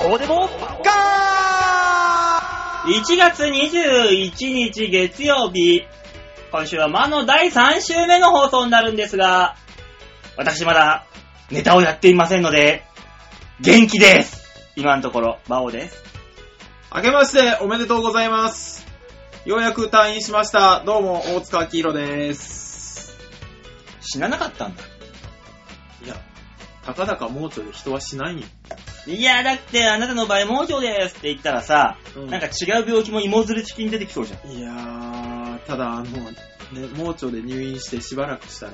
こうでもガー !1 月21日月曜日、今週は魔の第3週目の放送になるんですが、私まだネタをやっていませんので、元気です。今のところ、魔王です。 明けましておめでとうございます。ようやく退院しました。どうも、大塚明宏です。 死ななかったんだ。 いや、たかだか盲腸で人は死ないんよ。 いや、だってあなたの場合盲腸ですって言ったらさ、なんか違う病気も芋づる式に出てきそうじゃん。 いやー、ただ盲腸で入院してしばらくしたら、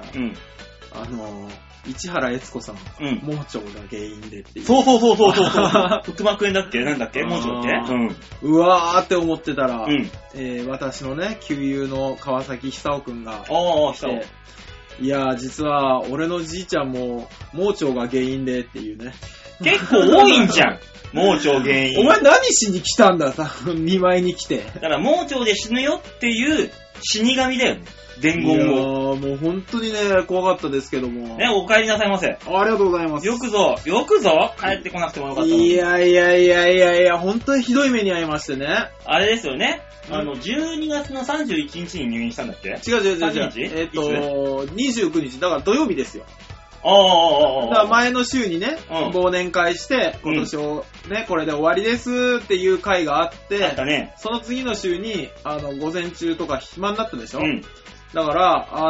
市原悦子さん、盲腸が原因でっていう。 そう。腹膜炎だっけなんだっけ盲腸って、 うわーって思ってたら、私のね、旧友の川崎久夫くんが来て、いやー、実は俺のじいちゃんも盲腸が原因でっていうね。 結構多いんじゃん。盲腸原因。 お前何しに来たんださ、見舞いに来て。 だから盲腸で死ぬよっていう死神だよね。伝言を。 いやもう本当にね、怖かったですけども。 ね、お帰りなさいませ。 ありがとうございます。 よくぞ、帰ってこなくてもよかったのに。 いや、本当にひどい目に遭いましてね。 あれですよね。12月の31日に入院したんだっけ？ 違う。29日、だから土曜日ですよ。だから前の週にね、忘年会して、今年をね、これで終わりですっていう会があって、その次の週に、午前中とか暇になったでしょ？だから、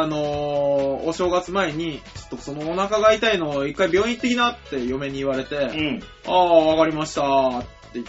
お正月前に、ちょっとそのお腹が痛いのを一回病院行ってきなって嫁に言われて、わかりましたって言って、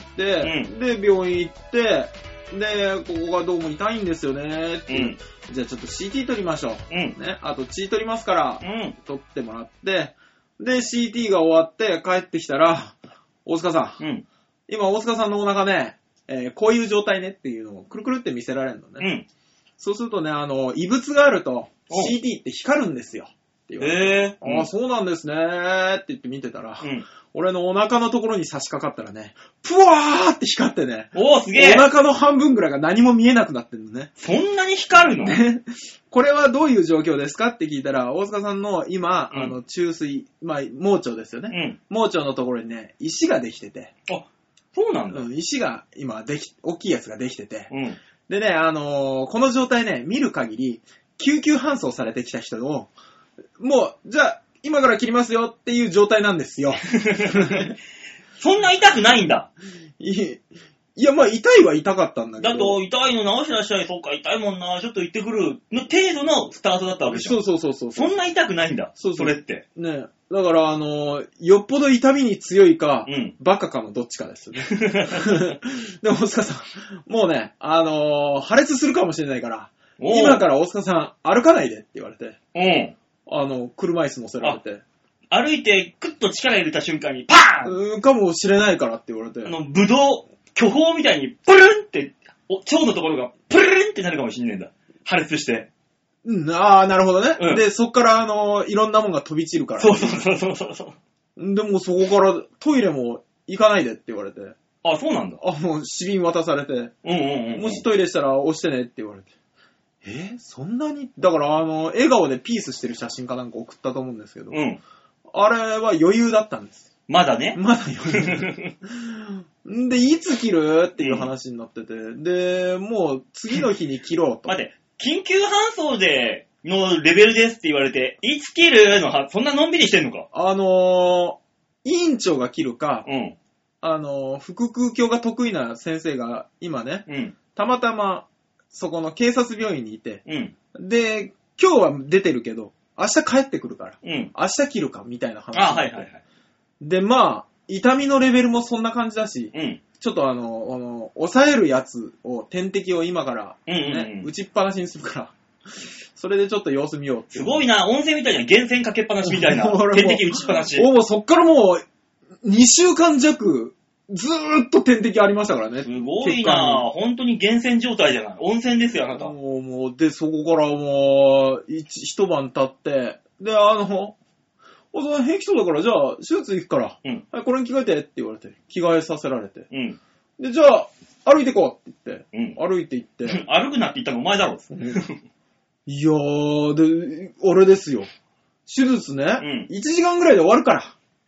で、病院行って、で、ここがどうも痛いんですよねって、じゃあちょっと CT 取りましょう。ね、あと血取りますから、取ってもらって、で、CT が終わって帰ってきたら、大塚さん、今大塚さんのお腹ね、こういう状態ねっていうのをくるくるって見せられるのね。そうするとね、異物があると CD って光るんですよ。って言われて、ああ、そうなんですねーって言って見てたら、俺のお腹のところに差し掛かったらね、プワーって光ってね、 おーすげー、 お腹の半分ぐらいが何も見えなくなってるのね。 そんなに光るの？ これはどういう状況ですかって聞いたら、大塚さんの今、虫垂、盲腸ですよね。盲腸のところにね、石ができてて。 あ、そうなんだ。 石が今大きいやつができてて。でね、この状態ね、見る限り、救急搬送されてきた人を、もう、じゃあ、今から切りますよっていう状態なんですよ。 そんな痛くないんだ。 いや、痛いは痛かったんだけど。 だと、痛いの治してらっしゃい。そうか、痛いもんな。ちょっと行ってくる。の程度のスタートだったわけじゃん。 そう。 そんな痛くないんだ。それって。 ね。だから、よっぽど痛みに強いか、バカかのどっちかですよね。でも、大塚さん、もうね、破裂するかもしれないから、今から大塚さん、歩かないでって言われて。車椅子乗せられて。 歩いて、クッと力入れた瞬間に、パーンかもしれないからって言われて。 ブドウ、巨峰みたいに、プルンって、腸のところが、プルンってなるかもしれないんだ。破裂して。 なるほどね。で、そっから、いろんなもんが飛び散るから。 そう。 でも、そこからトイレも行かないでって言われて。 あ、そうなんだ。 もう、紙瓶渡されて。もしトイレしたら押してねって言われて。そんなにだから、笑顔でピースしてる写真かなんか送ったと思うんですけど。あれは余裕だったんです。 まだね。 まだ余裕。で、いつ切るっていう話になってて。で、もう、次の日に切ろうと。 待って、緊急搬送でのレベルですって言われて、いつ切るのそんなのんびりしてんのか？ 委員長が切るか、腹腔鏡が得意な先生が今ね、たまたま、そこの警察病院にいて、で、今日は出てるけど、明日帰ってくるから、明日切るか、みたいな話。で、痛みのレベルもそんな感じだし、ちょっと抑えるやつを、点滴を今から、打ちっぱなしにするから、それでちょっと様子見ようって。 すごいな、温泉みたいな、源泉かけっぱなしみたいな、点滴打ちっぱなし。 もうそっからもう、2週間弱、ずーっと点滴ありましたからね。 すごいなぁ。本当に源泉状態じゃない。温泉ですよ、あなた。 もう、で、そこからもう、一晩経って、で、おそら平気そうだから、じゃあ、手術行くから、はい、これに着替えてって言われて、着替えさせられて。で、じゃあ、歩いてこうって言って、歩いて行って。 歩くなって言ったのお前だろ。 いやー、で、俺ですよ。手術ね、1時間ぐらいで終わるから。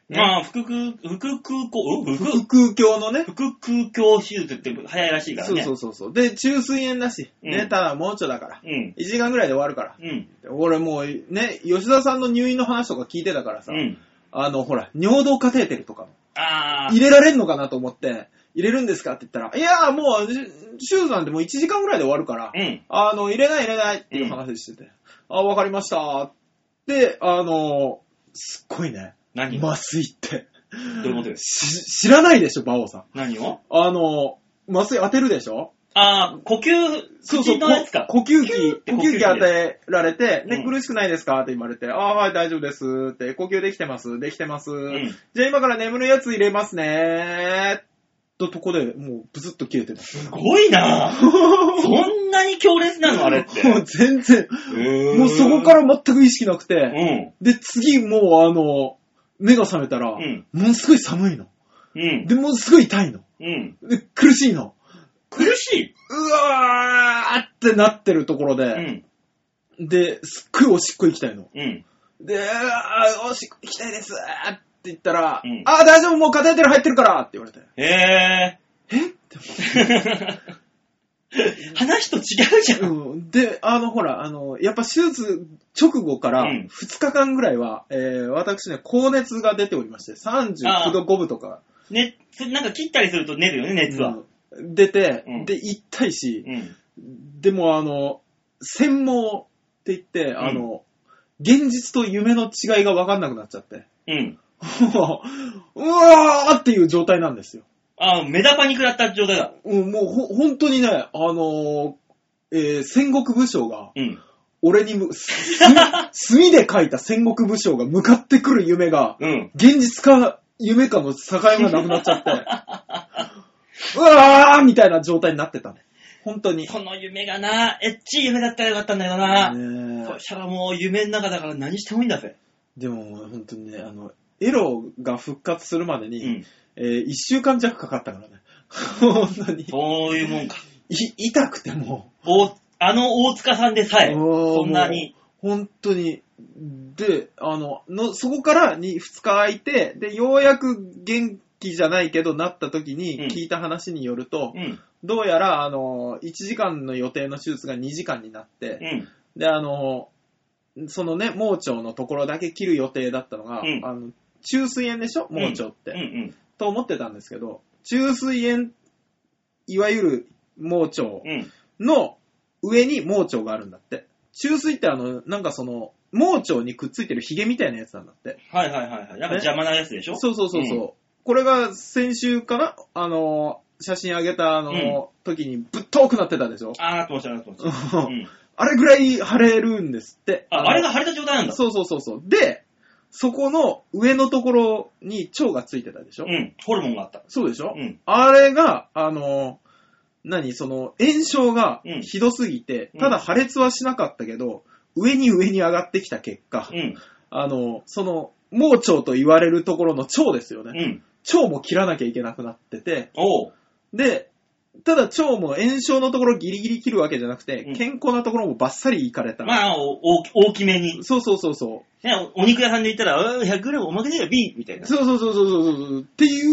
ね、まあ、腹腔鏡のね。腹腔鏡手術って早いらしいからね。 そう。で、中水炎だし、ね、ただ盲腸だから、1時間ぐらいで終わるから。俺もうね、吉田さんの入院の話とか聞いてたからさ、ほら、尿道カテーテルとか入れられんのかなと思って、入れるんですかって言ったら、いや、もう、手術なんてもう1時間ぐらいで終わるから、入れないっていう話してて、わかりましたって、すっごいね。 何麻酔って。 どういうことです？ 知らないでしょ、バオさん。 何を？ 麻酔当てるでしょ？ 呼吸、口のやつか。 呼吸器当てられて、ね、苦しくないですかって言われて、はい、大丈夫ですって、呼吸できてます。じゃあ今から眠るやつ入れますねとこで、もうブツッと切れてた。 すごいなぁ。そんなに強烈なのあれって。 もう全然。もうそこから全く意識なくて。で、次もう目が覚めたら、ものすごい寒いの。で、ものすごい痛いの。で、苦しいの。 苦しい？ うわーってなってるところで、で、すっごいおしっこ行きたいの。で、おしっこ行きたいですって言ったら、大丈夫、もうカテーテル入ってるからって言われて。えって話と違うじゃん。 で、ほら、やっぱ手術直後から2日間ぐらいは、私ね、高熱が出ておりまして、39度5分とか。 ね、なんか切ったりすると出るよね、熱は。 出て、で、痛いし、でも専門って言って、現実と夢の違いが分かんなくなっちゃって。うわーっていう状態なんですよ。 メダパニクだった状態だ。 もう本当にね、戦国武将が、俺に墨で書いた戦国武将が向かってくる夢が、現実か夢かの境がなくなっちゃって、うわーみたいな状態になってたね。本当に。 その夢がな、エッチい夢だったらよかったんだけどな。そしたらもう夢の中だから何してもいいんだぜ。 でも本当にね、エロが復活するまでに、1週間弱かかったからね。本当に。 そういうもんか。 痛くても。 大塚さんでさえ、そんなに。 本当に。で、そこから2日空いて、で、ようやく元気じゃないけどなった時に聞いた話によると、どうやら、1時間の予定の手術が2時間になって、で、そのね、盲腸のところだけ切る予定だったのが、中水炎でしょ盲腸って、と思ってたんですけど、中水炎、いわゆる盲腸の上に盲腸があるんだって。中水ってなんか盲腸にくっついてるヒゲみたいなやつなんだって。 はい。なんか邪魔なやつでしょ？ そう。これが先週かな写真あげた時にぶっとくなってたでしょ？ なってました。 あれぐらい腫れるんですって。 あれが腫れた状態なんだ。 そう。で、そこの上のところに腸がついてたでしょ？ ホルモンがあった。 そうでしょ？あれが、炎症がひどすぎて、ただ破裂はしなかったけど、上に上がってきた結果、盲腸と言われるところの腸ですよね。腸も切らなきゃいけなくなってて、で、ただ腸も炎症のところギリギリ切るわけじゃなくて、健康なところもバッサリいかれた。 まあ、大きめに。 そう。 ね、お肉屋さんで言ったら、100g おまけだよ、B! みたいな。 そう。っていう、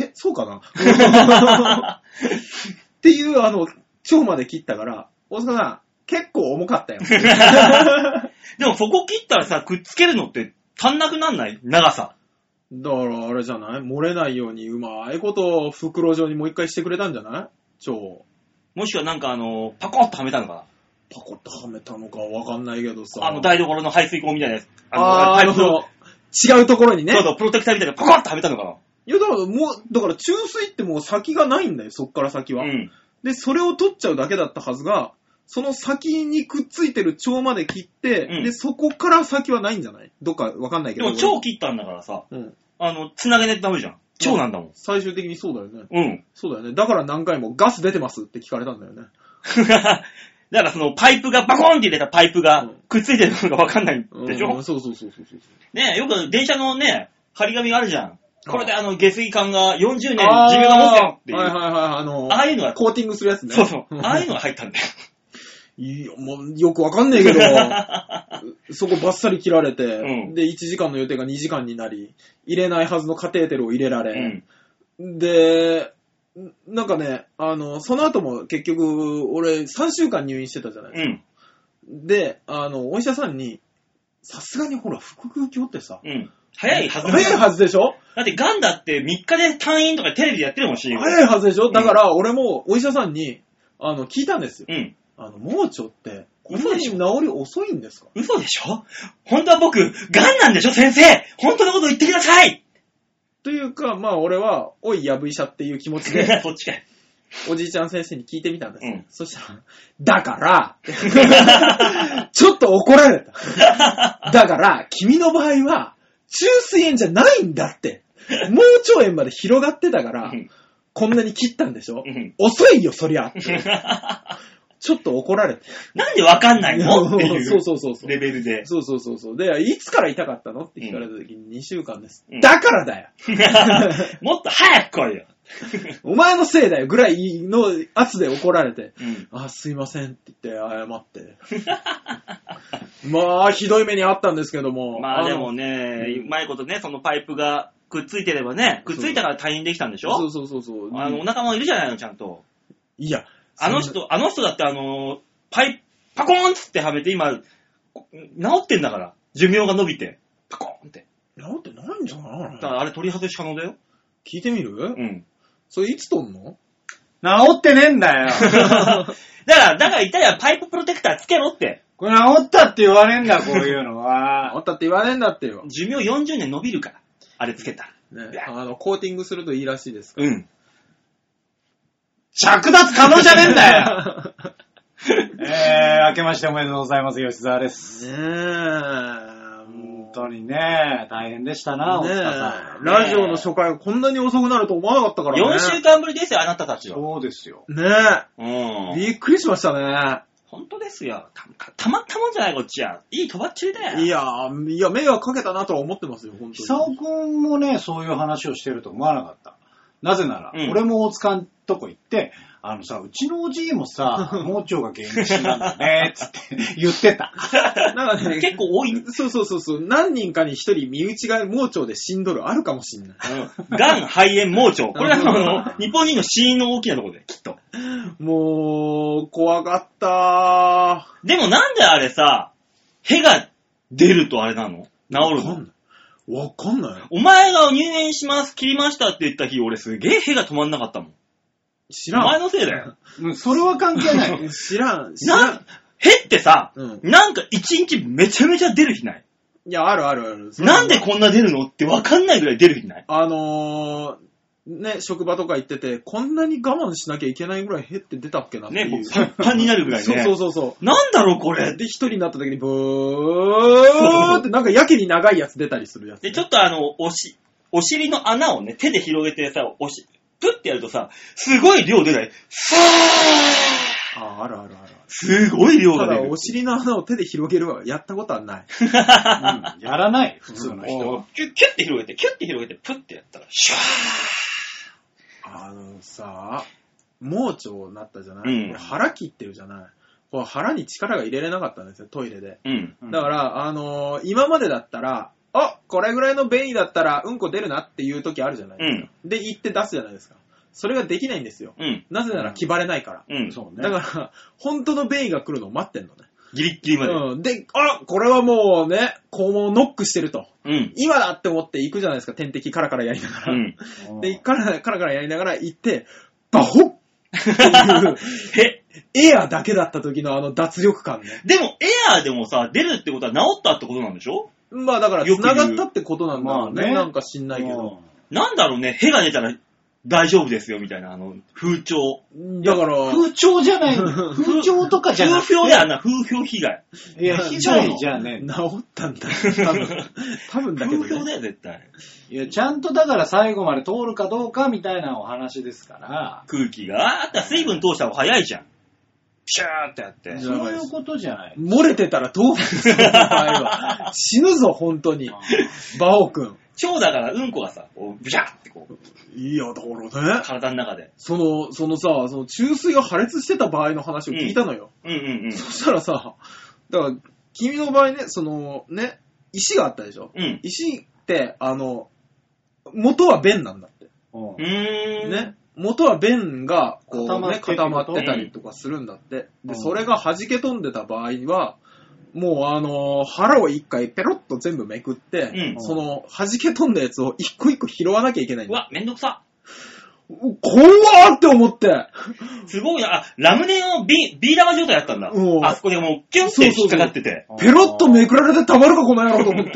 そうかなっていう、腸まで切ったから、大塚さん、結構重かったよ。 でもそこ切ったらさ、くっつけるのって足んなくなんない？長さ。 だからあれじゃない？漏れないようにうまいこと袋状にもう一回してくれたんじゃない？腸。 もしくはなんかパコッとはめたのかな？ パコッとはめたのかわかんないけどさ。 台所の排水口みたいなやつ。 違うところにね。 そう、プロテクターみたいなパコッとはめたのかな？ いや、だから中水ってもう先がないんだよ、そっから先は。で、それを取っちゃうだけだったはずが、その先にくっついてる腸まで切って、で、そこから先はないんじゃない？どっかわかんないけど。 でも腸切ったんだからさ、繋げないとダメじゃん。腸なんだもん。 最終的にそうだよね。そうだよね。だから何回もガス出てますって聞かれたんだよね。 だからそのパイプが、バコーンって入れたパイプがくっついてるのがわかんないんでしょ？ そう。 ねえ、よく電車のね、張り紙があるじゃん。これで下水管が40年寿命が持ってよっていう。ああいうのが。 コーティングするやつね。 そう。ああいうのが入ったんだよ。 いや、もうよくわかんねえけど、 そこバッサリ切られて、で、1時間の予定が2時間になり、入れないはずのカテーテルを入れられ、で、なんかね、その後も結局、俺3週間入院してたじゃないですか。で、お医者さんに、さすがにほら、腹腔鏡ってさ、 早いはず早いはずでしょ？ だってガンだって3日で退院とかテレビでやってるもんし。 早いはずでしょ？だから俺もお医者さんに、聞いたんですよ。盲腸って、こんなに治り遅いんですか？ 嘘でしょ？本当は僕、ガンなんでしょ先生！本当のこと言ってください！ というか、まあ俺は、おいやぶ医者っていう気持ちで、 そっちかい。 おじいちゃん先生に聞いてみたんですよ。そしたら、だから、ちょっと怒られた。だから、君の場合は、虫垂炎じゃないんだって。盲腸炎まで広がってたから、こんなに切ったんでしょ？遅いよ、そりゃ。ちょっと怒られて。 なんでわかんないのっていうそうレベルで。 そう。で、いつから痛かったのって聞かれた時に2週間です。だからだよもっと早く来いよお前のせいだよぐらいの圧で怒られて、すいませんって言って謝って。まあ、ひどい目にあったんですけども。 まあでもね、うまいことね、そのパイプがくっついてればね、くっついたから退院できたんでしょ？そう。お腹もいるじゃないの、ちゃんと。 いや、 あの人だってパコーンっつってはめて今、治ってんだから。寿命が伸びて。パコーンって。 治ってないんじゃないの？ だからあれ取り外し可能だよ。 聞いてみる？それいつ取んの？ 治ってねえんだよ。 だから言ったらパイププロテクターつけろって。 これ治ったって言わねえんだ、こういうのは。 治ったって言わねえんだってよ。 寿命40年伸びるから。あれつけたら。ね、コーティングするといいらしいですから。 着脱可能じゃねえんだよ。明けましておめでとうございます、吉沢です。本当にね、大変でしたな、大塚さん。 ラジオの初回がこんなに遅くなると思わなかったからね。 4週間ぶりですよ、あなたたちは。 そうですよ。 びっくりしましたね。 本当ですよ。たまったもんじゃない、こっちは。いいとばっちりだよ。 いや、迷惑かけたなとは思ってますよ、本当に。 久尾くんもね、そういう話をしてると思わなかった。なぜなら、俺も大塚んとこ行って、うちのおじいもさ、盲腸が原因なんだね、つって言ってた。 なんかね、 結構多い。 そう。何人かに一人身内が盲腸で死んどるあるかもしんない。 がん、肺炎、盲腸。これは日本人の死因の大きなところで、きっと。 もう、怖かったー。でもなんであれさ、屁が出るとあれなの？治るの？ わかんない。 お前が入院します、切りましたって言った日、俺すげえ屁が止まんなかったもん。 知らん。 お前のせいだよ。 それは関係ない。 知らん。 屁ってさ、なんか一日めちゃめちゃ出る日ない？ いや、ある。 なんでこんな出るのってわかんないぐらい出る日ない？ ね、職場とか行ってて、こんなに我慢しなきゃいけないぐらいへって出たっけなっていう。 ね、もうパンパンになるぐらいね。 そう。 なんだろうこれ。 で、一人になった時にブーってなんかやけに長いやつ出たりするやつ、ね。 で、ちょっとお尻の穴をね、手で広げてさ、プッてやるとさ、すごい量出ない。 ある。 すごい量が出る。 ただ、お尻の穴を手で広げるはやったことはない。 やらない、普通の人は。 キュッて広げて、プッてやったら、シュワー。 さ、盲腸になったじゃない、腹切ってるじゃない。これ腹に力が入れれなかったんですよ、トイレで。だから、今までだったら、これぐらいの便意だったらうんこ出るなっていう時あるじゃないですか。で、行って出すじゃないですか。それができないんですよ。なぜなら気張れないから。 そうね。 だから、本当の便意が来るのを待ってんのね。 ギリッギリまで。 で、これはもうね、肛門をノックしてると。今だって思って行くじゃないですか、点滴カラカラやりながら。で、カラカラやりながら行って、バホッっていうエアーだけだった時の脱力感ね。 でも、エアーでもさ、出るってことは治ったってことなんでしょ？ まあだから、繋がったってことなんだろうね。なんか知んないけど。 なんだろうね、屁が出たら大丈夫ですよ、みたいな、風潮。 だから、 風潮じゃないの。風潮とかじゃなくて。 風評だよな、風評被害。 いや、被害じゃねえ。 治ったんだ。多分だけど、ね。 風評だよ、絶対。 いや、ちゃんとだから最後まで通るかどうかみたいなお話ですから。 空気があったら水分通した方が早いじゃん。ピシャーってやって。 そういうことじゃない。 漏れてたらどうするの場合は。死ぬぞ、本当に。バオ君。 腸だからうんこがさ、ブシャーってこう。 いや、だからね。 体の中で。 その虫垂が破裂してた場合の話を聞いたのよ。 そしたらさ、だから、 君の場合ね、その、ね、石があったでしょ。石って、元は弁なんだって。ね。元は弁が、こうね、固まってたりとかするんだって。で、それが弾け飛んでた場合は、もう腹を一回ペロッと全部めくって、その弾け飛んだやつを一個一個拾わなきゃいけないんだ。 うわ、めんどくさ。 怖ーって思って。 すごいな。ラムネのビー玉状態だったんだ。あそこでもうキュンって引っかかってて。 ペロッとめくられてたまるかこの野郎と思って。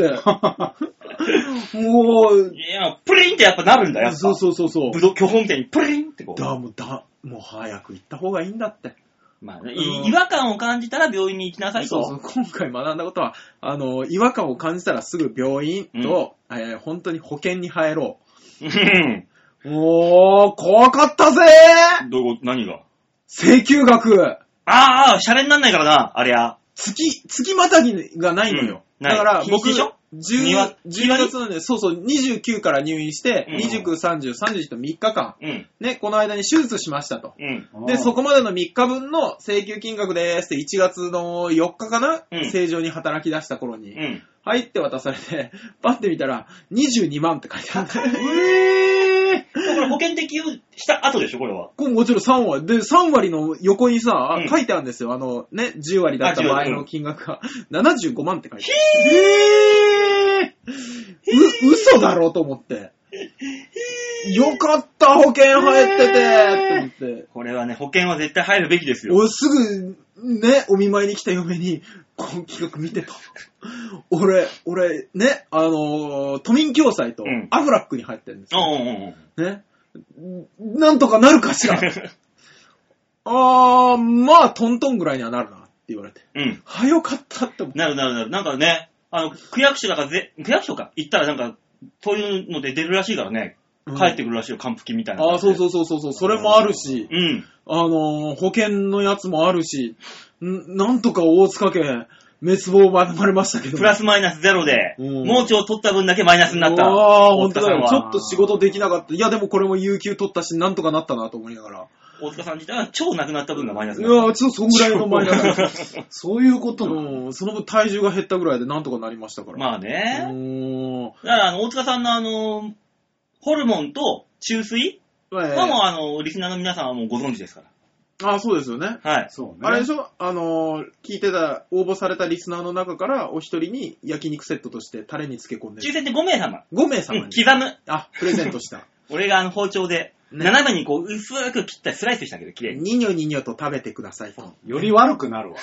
もう。 いや、プリンってやっぱなるんだよ。 そう。 ぶどう巨峰みたいにプリンってこう。 もう早く行った方がいいんだって。 まあね、違和感を感じたら病院に行きなさいと。 そう。今回学んだことは、違和感を感じたらすぐ病院と、本当に保険に入ろう。怖かったぜー。 何が？ 請求額。 シャレになんないからな、ありゃ。 月またぎがないのよ。だから僕、12月なんで、29から入院して、29、30、31と3日間、ね、この間に手術しましたと。で、そこまでの3日分の請求金額でーすって1月の4日かな、正常に働き出した頃に、入って渡されて、パッて見たら、22万って書いてあった。 これ保険適用した後でしょ、これは。 もちろん3割。で、3割の横にさ、書いてあるんですよ。10割だった場合の金額が、75万って書いてある。嘘だろと思って。よかった、保険入っててって思って。 これはね、保険は絶対入るべきですよ。 俺すぐ、ね、お見舞いに来た嫁に、この企画見てと。俺、ね、都民共済とアフラックに入ってるんですよ。ね。なんとかなるかしら。まあ、トントンぐらいにはなるなって言われて。よかったって思って。 なる。なんかね、区役所か行ったらなんか、そういうので出るらしいからね。帰ってくるらしいよ、還付金みたいな。 そう。それもあるし、保険のやつもあるし、なんとか大塚家、滅亡を免れましたけど。 プラスマイナスゼロで、盲腸取った分だけマイナスになった。 本当だよ。ちょっと仕事できなかった。いや、でもこれも有給取ったし、なんとかなったなと思いながら。 大塚さん自体は超なくなった分がマイナスになった。 いや、ちょっとそんぐらいのマイナス。そういうことなの。その分体重が減ったぐらいでなんとかなりましたから。 まあね。だから大塚さんのホルモンと注水はもうリスナーの皆さんはもうご存知ですから。 そうですよね。 はい。 そうね。あれでしょ聞いてた、応募されたリスナーの中からお一人に焼肉セットとしてタレに漬け込んで。 抽選って5名様。 5名様に。 刻む。 プレゼントした。 俺が包丁で、斜めにこう薄く切ったスライスしたけど、綺麗に。 ニニョと食べてくださいと。 より悪くなるわ。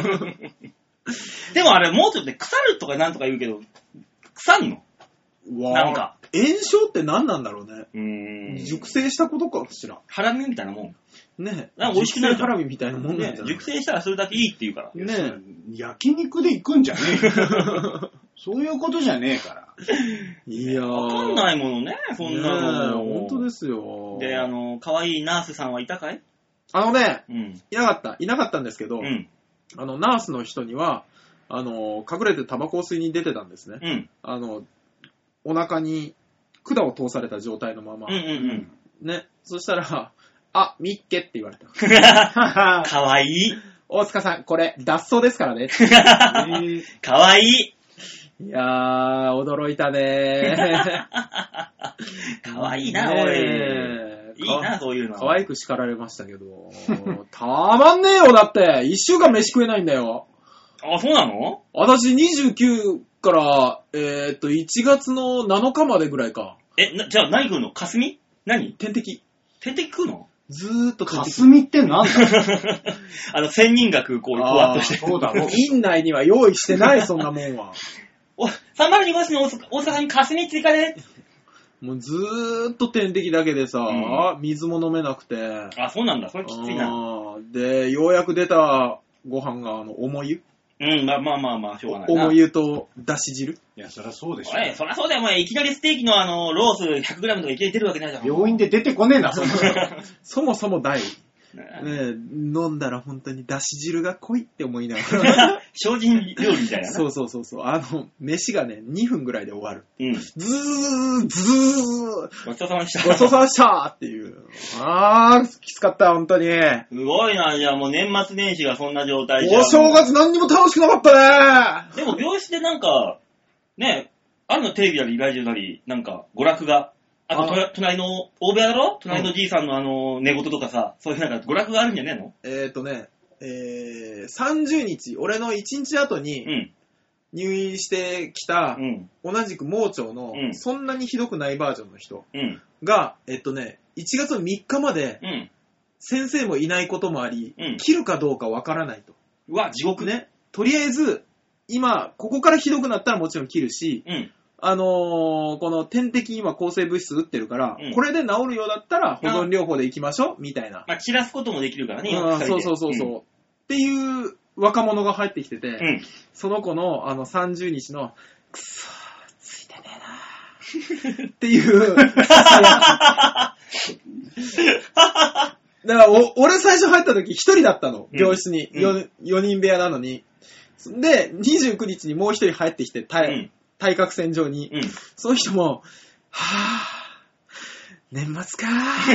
でもあれ、もうちょっと腐るとかなんとか言うけど、腐んの？なんか。 炎症って何なんだろうね。熟成したことかしら。 ハラミみたいなもん。 ねえ。美味しくなるハラミみたいなもんなんじゃない？ 熟成したらそれだけいいって言うから。 ねえ。焼肉で行くんじゃねえ。そういうことじゃねえから。 いやー。 わかんないものね、そんなの。 本当ですよ。 で、可愛いナースさんはいたかい？ いなかったんですけど、ナースの人には、隠れてタバコを吸いに出てたんですね。お腹に管を通された状態のまま。ね。そしたら、ミッケって言われた。 かわいい。 大塚さん、これ、脱走ですからね。 かわいい。 いやー、驚いたねー。かわいいな、おい。いいな、そういうの。 かわいく叱られましたけど、たまんねえよ、だって。1週間飯食えないんだよ。 そうなの？ 私29から、1月の7日までぐらいか。 じゃあ何食うの？霞？何？ 点滴。 点滴食うの？ ずーっと霞ってなんだ仙人が食う、こう、ふわっとして。 そうだろう。院内には用意してない、そんなもんは。 302号室の大阪に霞追加で。 もうずーっと点滴だけでさ、水も飲めなくて。 そうなんだ。それきついな。 で、ようやく出たご飯が、重湯。 まあ、しょうがないな。 重湯とだし汁。 いや、そりゃそうでしょ。 そりゃそうだよ、お前。いきなりステーキのロース 100g とかいきなり出るわけないじゃん。 病院で出てこねえな、 そもそも大。 飲んだら本当にだし汁が濃いって思いながら。 精進料理みたいな。 そう。飯がね、2分ぐらいで終わる。 うん。 ズー。 ごちそうさまでした。 ごちそうさまでしたっていう。きつかった、本当に。 すごいな、じゃあもう年末年始がそんな状態じゃ。 お正月何にも楽しくなかったね。でも病室でなんか、ね、あるのテレビなりラジオなり、なんか娯楽が。あと、隣の、大部屋だろ隣のじいさんの寝言とかさ、そういうなんか娯楽があるんじゃねえの 30日、俺の1日後に入院してきた、同じく盲腸の、そんなにひどくないバージョンの人が、1月3日まで、先生もいないこともあり、切るかどうかわからないと。 うわ、地獄ね。とりあえず、今、ここからひどくなったらもちろん切るし、この点滴今抗生物質打ってるから、これで治るようだったら保存療法でいきましょうみたいな。 まあ、散らすこともできるからね、 そう。っていう若者が入ってきてて、その子の30日の、くそー、ついてねえなーっていう、だから俺最初入った時1人だったの、病室に。4人部屋なのに。で、29日にもう1人入ってきて、対角線上に、その人も、年末か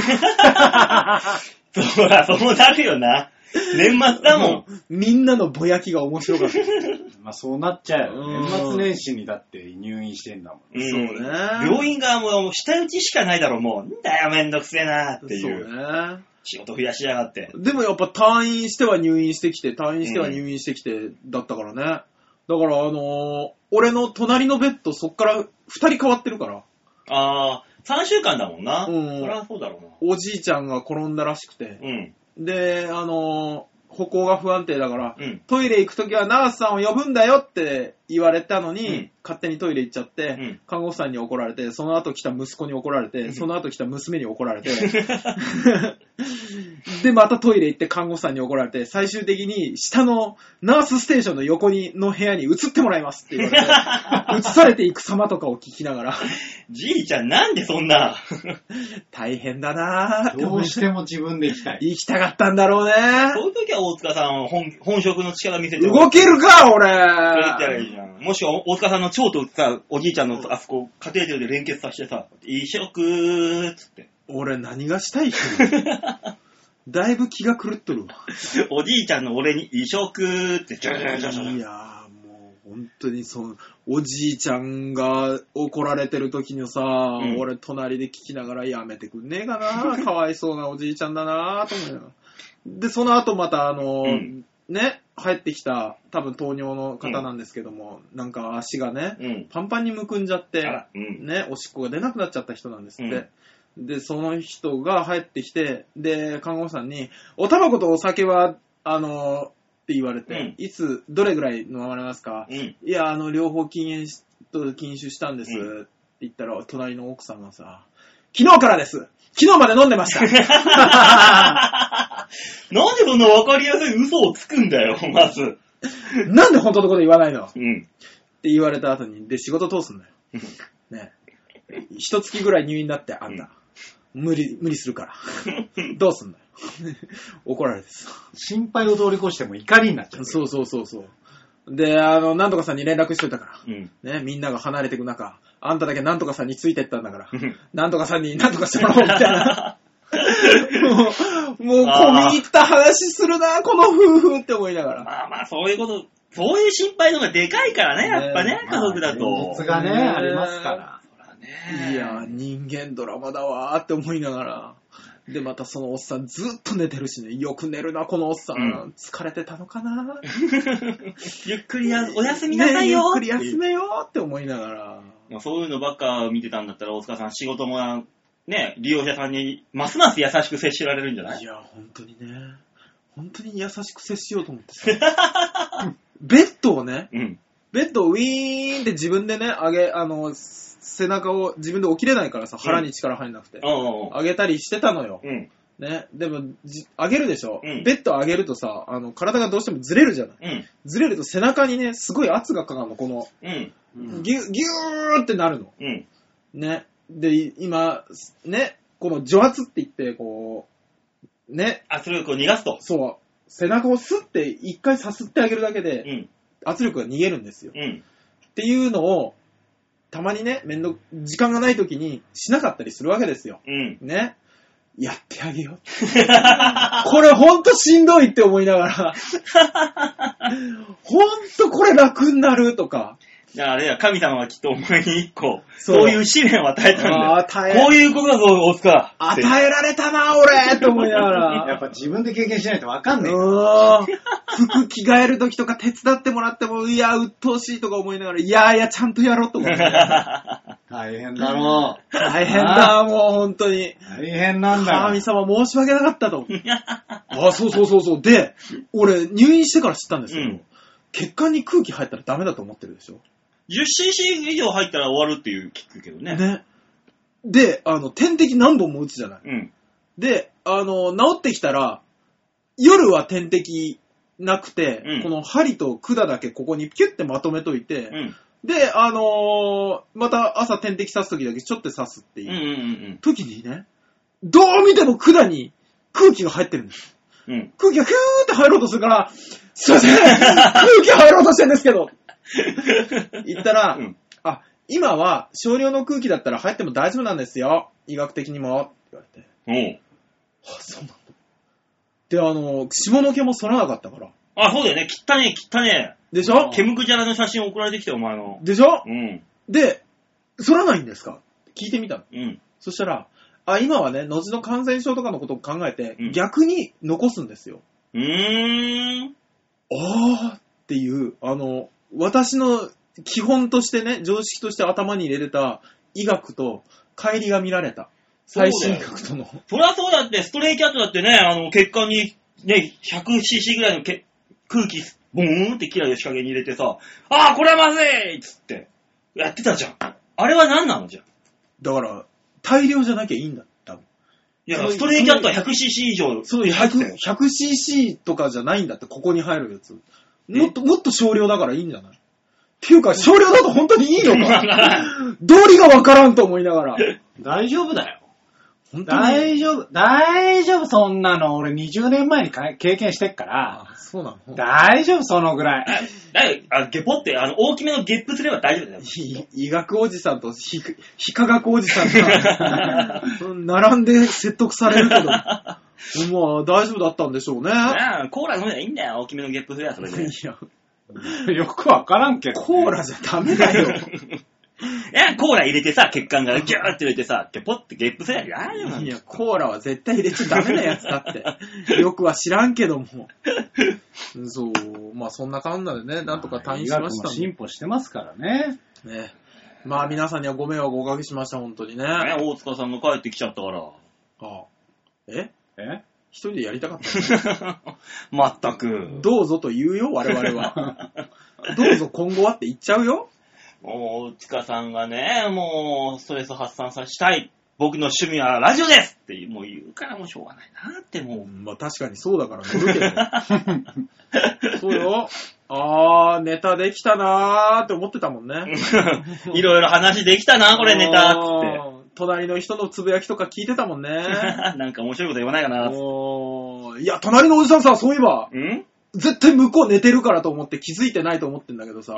ー。そうなるよな。年末だもん。 みんなのぼやきが面白かった。 まあそうなっちゃうよ。年末年始にだって入院してんだもん。 そうね。 病院側も下打ちしかないだろ、もう。んだよ、めんどくせえなっていう。そうね。仕事増やしやがって。 でもやっぱ退院しては入院してきて、だったからね。だから俺の隣のベッドそっから2人変わってるから。 3週間だもんな。そりゃそうだろうな。 おじいちゃんが転んだらしくて。で、歩行が不安定だから、トイレ行くときはナースさんを呼ぶんだよって言われたのに、勝手にトイレ行っちゃって、看護婦さんに怒られて、その後来た息子に怒られて、その後来た娘に怒られて、で、またトイレ行って看護婦さんに怒られて、最終的に下のナースステーションの横の部屋に移ってもらいますって言われて、移されていく様とかを聞きながら。 じいちゃんなんでそんな大変だなぁ。 どうしても自分で行きたい。 行きたかったんだろうね。 そういう時は大塚さん本職の力見せて。 動けるか俺。 もしくは大塚さんの腸とさ、おじいちゃんのあそこ、カテーテルで連結させてさ、移植ーっつって。 俺何がしたい人だいぶ気が狂っとるわ。 おじいちゃんの俺に移植ーって。いやーもう本当におじいちゃんが怒られてる時にさ、俺隣で聞きながらやめてくんねえかなかわいそうなおじいちゃんだなと思いながら。で、その後またね、入ってきた多分糖尿の方なんですけども、なんか足がね、パンパンにむくんじゃって、ね、おしっこが出なくなっちゃった人なんですって。で、その人が入ってきて、で、看護師さんに、おタバコとお酒は、って言われて、いつ、どれぐらい飲まれますか？いや、両方禁酒したんです、って言ったら、隣の奥さんがさ、昨日からです！昨日まで飲んでましたなんでそんな分かりやすい嘘をつくんだよ、まず。 なんで本当のこと言わないの？って言われた後に、で、仕事どうすんのよ。ね。一月ぐらい入院だって、あんた。無理するから。どうすんのよ。怒られてさ。 心配を通り越しても怒りになっちゃう。 そう。で、なんとかさんに連絡しといたから。ね、みんなが離れていく中、あんただけなんとかさんについてったんだから、なんとかさんになんとかしてもらおうみたいな。もう込み入った話するな、この夫婦って思いながら。 まあ、そういう心配のがでかいからね、やっぱね、家族だと。 現実がね、ありますから。 いや、人間ドラマだわーって思いながら。で、またそのおっさんずっと寝てるしね。よく寝るな、このおっさん。疲れてたのかなゆっくりお休みなさいよ、 ゆっくり休めよって思いながら。 そういうのばっか見てたんだったら、大塚さん仕事もね、利用者さんにますます優しく接しられるんじゃない？いや、本当にね。本当に優しく接しようと思ってさ。ベッドをね、ベッドをウィーンって自分でね、背中を自分で起きれないからさ、腹に力入んなくて。上げたりしてたのよ。ね。でも、上げるでしょ、ベッド上げるとさ、体がどうしてもずれるじゃない、ずれると背中にね、すごい圧がかかるの、この、ギューってなるの。ね。で、今、ね、この除圧って言って、こう、 ね。 圧力を逃がすと。 そう。背中をスッて一回さすってあげるだけで、圧力が逃げるんですよ。っていうのを、たまにね、時間がない時にしなかったりするわけですよ。ね。やってあげよう。これほんとしんどいって思いながら、ほんとこれ楽になるとか。 あれや、神様はきっとお前に一個、そういう試練を与えたんだ。こういうことだぞ、大塚。 与えられたな、俺って思いながら。 やっぱ自分で経験しないとわかんない。 服着替えるときとか手伝ってもらっても、いや、鬱陶しいとか思いながら、いや、ちゃんとやろうと思って。 大変だろう。 大変だ、もう本当に。 大変なんだよ。 神様申し訳なかったと。そう。で、俺入院してから知ったんですけど、血管に空気入ったらダメだと思ってるでしょ。 10cc 以上入ったら終わるっていう聞くけどね。 ね。で、点滴何本も打つじゃない。で、治ってきたら、夜は点滴なくて、この針と管だけここにピュッてまとめといて、で、また朝点滴刺すときだけちょっと刺すっていう時にね、どう見ても管に空気が入ってるんです。空気がヒューって入ろうとするから、すいません空気入ろうとしてるんですけど言ったら、今は少量の空気だったら入っても大丈夫なんですよ。医学的にも。って言われて。そうなんだ。で、下の毛も剃らなかったから。 そうだよね。汚ね。 でしょ？ 毛むくじゃらの写真送られてきたよ、お前の。 でしょ？で、剃らないんですか？聞いてみたの。そしたら、今はね、後の感染症とかのことを考えて、逆に残すんですよ。っていう、私の基本としてね、常識として頭に入れてた医学と乖離が見られた。最新医学との。 そりゃそうだって、ストレイキャットだってね、血管にね、100cc ぐらいの空気、ボーンってキラヨシカゲに入れてさ、これはまずいっつって、やってたじゃん。あれは何なのじゃん。 だから、大量じゃなきゃいいんだ、多分。 いや、ストレイキャットは 100cc 以上。 そう、100cc とかじゃないんだって、ここに入るやつ。もっと少量だからいいんじゃないっていうか、少量だと本当にいいのか道理がわからんと思いながら。 大丈夫だよ。大丈夫、そんなの。俺20年前に経験してっから。 そうなの？ 大丈夫、そのぐらい。 ゲポって、大きめのゲップすれば大丈夫だよ。 医学おじさんと非科学おじさんが、並んで説得されるけど、もう大丈夫だったんでしょうね。 コーラ飲めばいいんだよ、大きめのゲップすればそれで。 いや、よくわからんけど、 ね。コーラじゃダメだよ。 コーラ入れてさ、血管がギューって入れてさ、ポッてゲップすればいいよ。 いや、コーラは絶対入れちゃダメなやつだって。よくは知らんけども。そう、そんな感じでね、なんとか退院しました。 医学も進歩してますからね。 皆さんにはご迷惑をおかけしました、本当にね。 大塚さんが帰ってきちゃったから。 一人でやりたかったまったく。 どうぞと言うよ、我々は。どうぞ今後はって言っちゃうよ。 大塚さんがね、もうストレス発散させたい。僕の趣味はラジオですってもう言うからもうしょうがないなってもう。 確かにそうだから乗るけど。そうよ。ネタできたなーって思ってたもんね。 いろいろ話できたな、これネタって。 隣の人のつぶやきとか聞いてたもんね。 なんか面白いこと言わないかな。 いや、隣のおじさんさ、そういえば、絶対向こう寝てるからと思って気づいてないと思ってんだけどさ、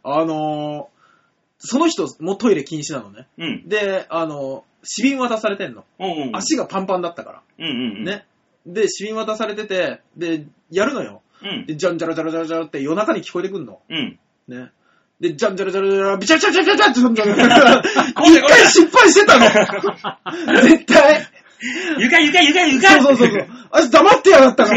その人もトイレ禁止なのね。で、紙瓶渡されてんの。足がパンパンだったから。ね。で、紙瓶渡されてて、で、やるのよ。で、ジャンジャラジャラジャラジャラって夜中に聞こえてくんの。ね。で、ジャンジャラジャラジャラ、ビチャチャチャチャチャって一回失敗してたの。絶対。 床。 そう。あいつ黙ってやがったから。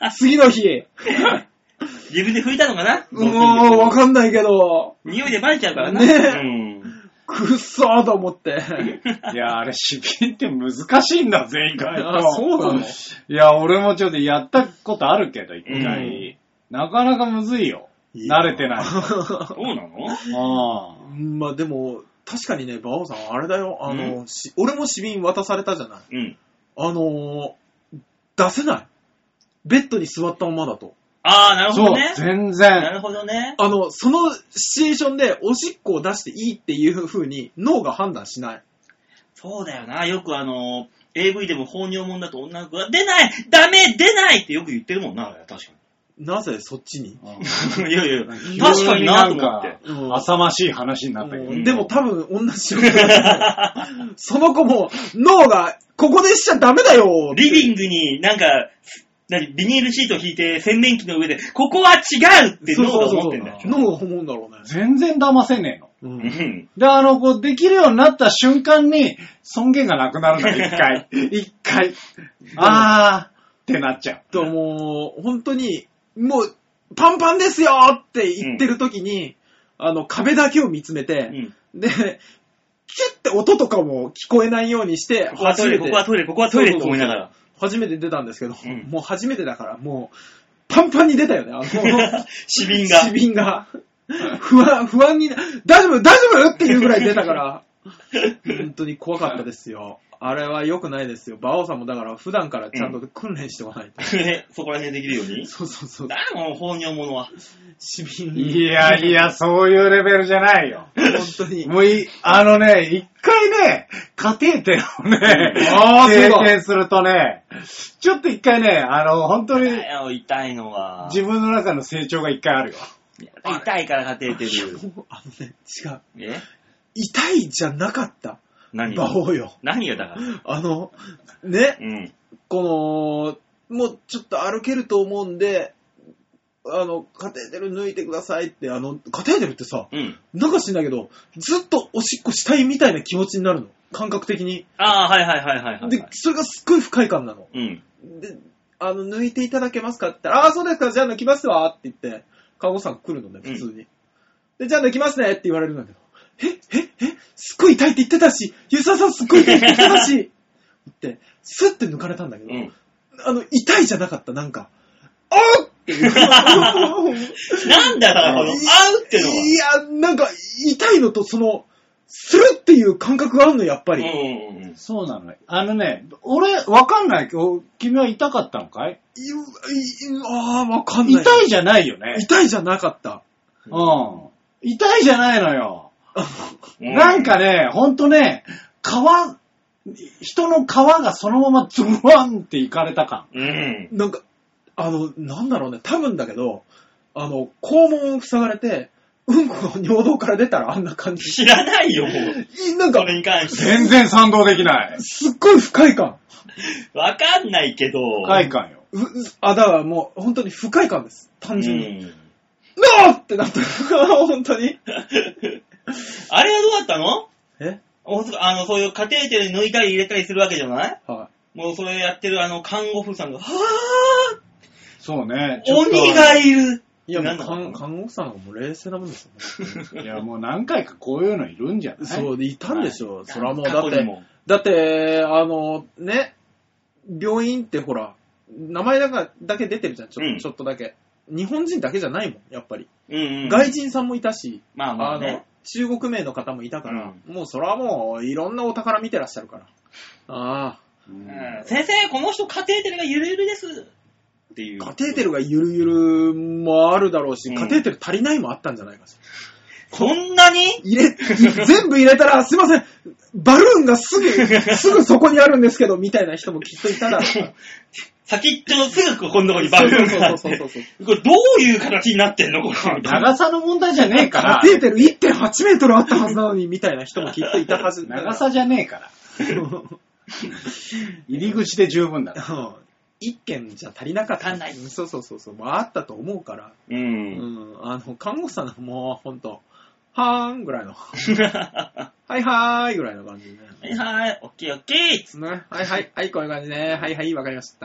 次の日。 自分で拭いたのかな？ もう、わかんないけど。 匂いでバレちゃうからな。 ね。くっそーと思って。 いや、あれ、紙瓶って難しいんだぜ、意外と。 そうなの？いや、俺もちょっとやったことあるけど、一回。なかなかむずいよ。慣れてない。 そうなの？ でも、確かにね、馬王さん、あれだよ。俺も紙瓶渡されたじゃない。出せない。ベッドに座ったままだと。 なるほどね。 そう、全然。 なるほどね。 そのシチュエーションでおしっこを出していいっていう風に脳が判断しない。 そうだよな。よく AV でも放尿もんだと女の子が出ないダメ出ないってよく言ってるもんな、確かに。 なぜそっちにいやいや、確かになと思って。 浅ましい話になったけど。 でも多分同じ仕事だと思う。その子も脳がここでしちゃダメだよ。 リビングになんか、ビニールシート引いて洗面器の上で、ここは違うって脳が思ってんだよ。 脳が思うんだろうね。 全然騙せねえの。で、こう、できるようになった瞬間に、尊厳がなくなるんだよ、一回。あーってなっちゃう。 もう、本当に、もう、パンパンですよって言ってる時に、壁だけを見つめて、で、キュッて音とかも聞こえないようにして、 ここはトイレ、ここはトイレ、ここはトイレって思いながら。 初めて出たんですけど、もう初めてだから、もう、パンパンに出たよね、 死瓶が。 不安に、大丈夫っていうぐらい出たから、本当に怖かったですよ。あれは良くないですよ。馬王さんもだから普段からちゃんと訓練しておかないと。 そこら辺できるようにそう。 だもう放尿物は。 死瓶。 いや、そういうレベルじゃないよ。 本当に。 もう一回ね、カテーテルをね、経験するとね、ちょっと一回ね、本当に、 痛いのは。 自分の中の成長が一回あるよ。 痛いからカテーテル。 違う。痛いじゃなかった。馬王よ。 何がだからね、この、もうちょっと歩けると思うんで、カテーテル抜いてくださいって、カテーテルってさ、なんか知んないけど、ずっとおしっこしたいみたいな気持ちになるの。感覚的に。 ああ、はい。 で、それがすっごい不快感なの。で、抜いていただけますかって言ったら、ああ、そうですか、じゃあ抜きますわって言って、看護師さん来るのね、普通に。で、じゃあ抜きますねって言われるんだけど、すっごい痛いって言ってたし、ゆささんすっごい痛いって言ってたし、って、スッて抜かれたんだけど、痛いじゃなかった、なんか、あーっていう。 なんだろう、あうってのは。 いや、なんか、痛いのと、するっていう感覚があるの、やっぱり。 そうなの。俺、わかんないけど、君は痛かったのかい？ わかんない。 痛いじゃないよね。 痛いじゃなかった。 痛いじゃないのよ。なんかね、ほんとね、人の皮がそのままズワンっていかれた感。 なんか、なんだろうね、多分だけど、肛門を塞がれて、うんこが尿道から出たらあんな感じ。 知らないよ、もう。 なんか、 それに関して。 全然賛同できない。 すっごい不快感。 わかんないけど。 不快感よ。 だからもう、本当に不快感です。単純に。なーってなった。本当に。 あれはどうだったの？そういうカテーテルに抜いたり入れたりするわけじゃない？はい。もうそれやってる看護婦さんが、はぁー！ そうね。 鬼がいる！ いや、もう看護婦さんがもう冷静なもんですよね。いや、もう何回かこういうのいるんじゃない？ そう、いたんでしょ。それはもう、だって、ね、病院ってほら、名前だけ出てるじゃん、ちょっとだけ。日本人だけじゃないもん、やっぱり。外人さんもいたし、中国名の方もいたから、もうそれはもういろんなお宝見てらっしゃるから。 先生、この人カテーテルがゆるゆるですっていう。 カテーテルがゆるゆるもあるだろうし、カテーテル足りないもあったんじゃないかしら。 そんなに全部入れたら、すいません、バルーンがすぐそこにあるんですけど、みたいな人もきっといただろう。 先っちょすぐここのとこにバルーンがあって。これどういう形になってんのこれ。 長さの問題じゃねえから。 カテーテル 1.8 メートルあったはずなのに、みたいな人もきっといたはず。 長さじゃねえから。入り口で十分だ。 一件じゃ足りなかった。そう。もうあったと思うから。看護師さんのもうほんと、はーんぐらいの。はいはーいぐらいの感じでね。 はい、オッケー。 はい、こういう感じね。はい、わかりました。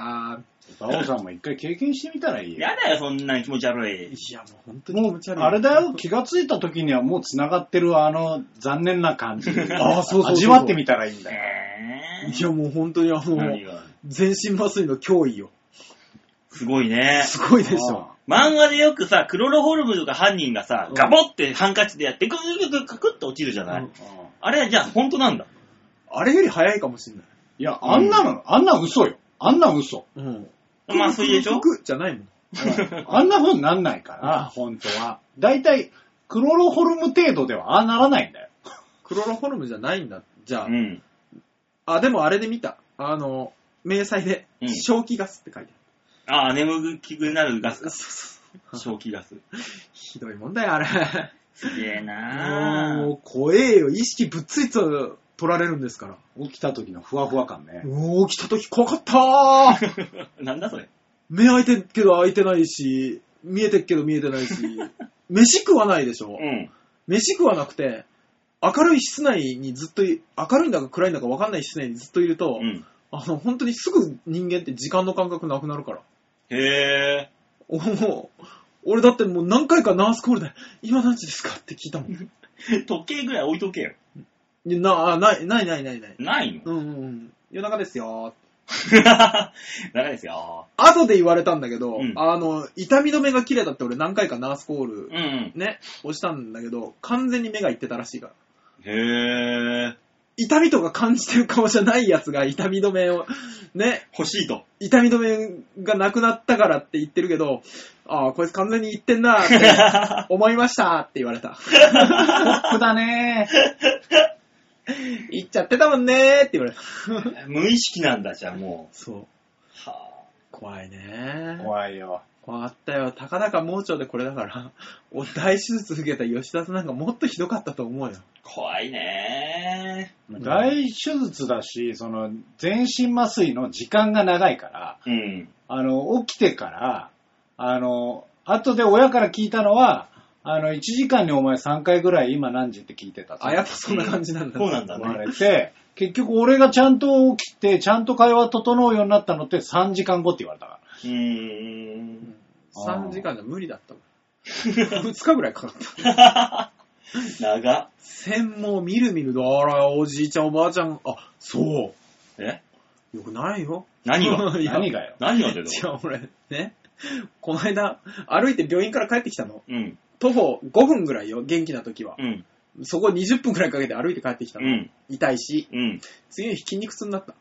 馬王さんも一回経験してみたらいいよ。 やだよ、そんなに気持ち悪い。 いや、もう本当に気持ち悪い。 あれだよ、気がついた時にはもう繋がってる残念な感じ。 そう。 味わってみたらいいんだよ。 いや、もう本当に全身麻酔の脅威よ。 すごいね。 すごいでしょ。 漫画でよくさ、クロロホルムとか犯人がさ、ガボってハンカチでやって、グクって落ちるじゃない？あれはじゃあ本当なんだ。 あれより早いかもしんない。 いや、あんな嘘よ。あんな嘘。 まあ、そういうでしょ？ じゃないもん。 あんな風になんないから、本当は。だいたい、クロロホルム程度ではならないんだよ。 クロロホルムじゃないんだ。じゃあ。でもあれで見た。 明細で、正気ガスって書いてある。ああ、眠くなるガスか。正気ガス。 ひどいもんだよ、あれ。 すげえなもう、怖えよ。意識ぶっついと取られるんですから。 起きた時のふわふわ感ね。 起きた時怖かったー。 なんだそれ。 目開いてっけど開いてないし、見えてっけど見えてないし、飯食わないでしょ。飯食わなくて、明るい室内にずっと、明るいんだか暗いんだか分かんない室内にずっといると、本当にすぐ人間って時間の感覚なくなるから。 へー。俺だってもう何回かナースコールで、今何時ですかって聞いたもん。 時計ぐらい置いとけよ。 ない。ないの？ 夜中ですよ。 夜中ですよ。 後で言われたんだけど、痛み止めが切れたって俺何回かナースコール、ね、押したんだけど、完全に目がいってたらしいから。 へー。 痛みとか感じてる顔じゃないやつが痛み止めを、ね。 欲しいと。 痛み止めがなくなったからって言ってるけど、こいつ完全に言ってんなーって思いましたって言われた。 ポップだねー。言っちゃってたもんねーって言われた。 無意識なんだ、じゃあもう。 そう。はぁ。怖いねー。 怖いよ。 怖かったよ。たかだか盲腸でこれだから、大手術受けた吉田さんなんかもっとひどかったと思うよ。 怖いねー。大手術だし、全身麻酔の時間が長いから、起きてから、後で親から聞いたのは、1時間にお前3回ぐらい今何時って聞いてた。 やっぱそんな感じなんだ。 そうなんだね。 言われて、結局俺がちゃんと起きて、ちゃんと会話整うようになったのって3時間後って言われたから。 3時間じゃ無理だったもん。2日ぐらいかかった。 長っ。 専門みるみるだら、おじいちゃんおばあちゃん、そう。よくないよ。 何が何がよ。 何が出るの？ じゃあ俺、ね。この間、歩いて病院から帰ってきたの。徒歩5分ぐらいよ、元気な時は。そこ20分くらいかけて歩いて帰ってきたの。痛いし。次の日筋肉痛になった。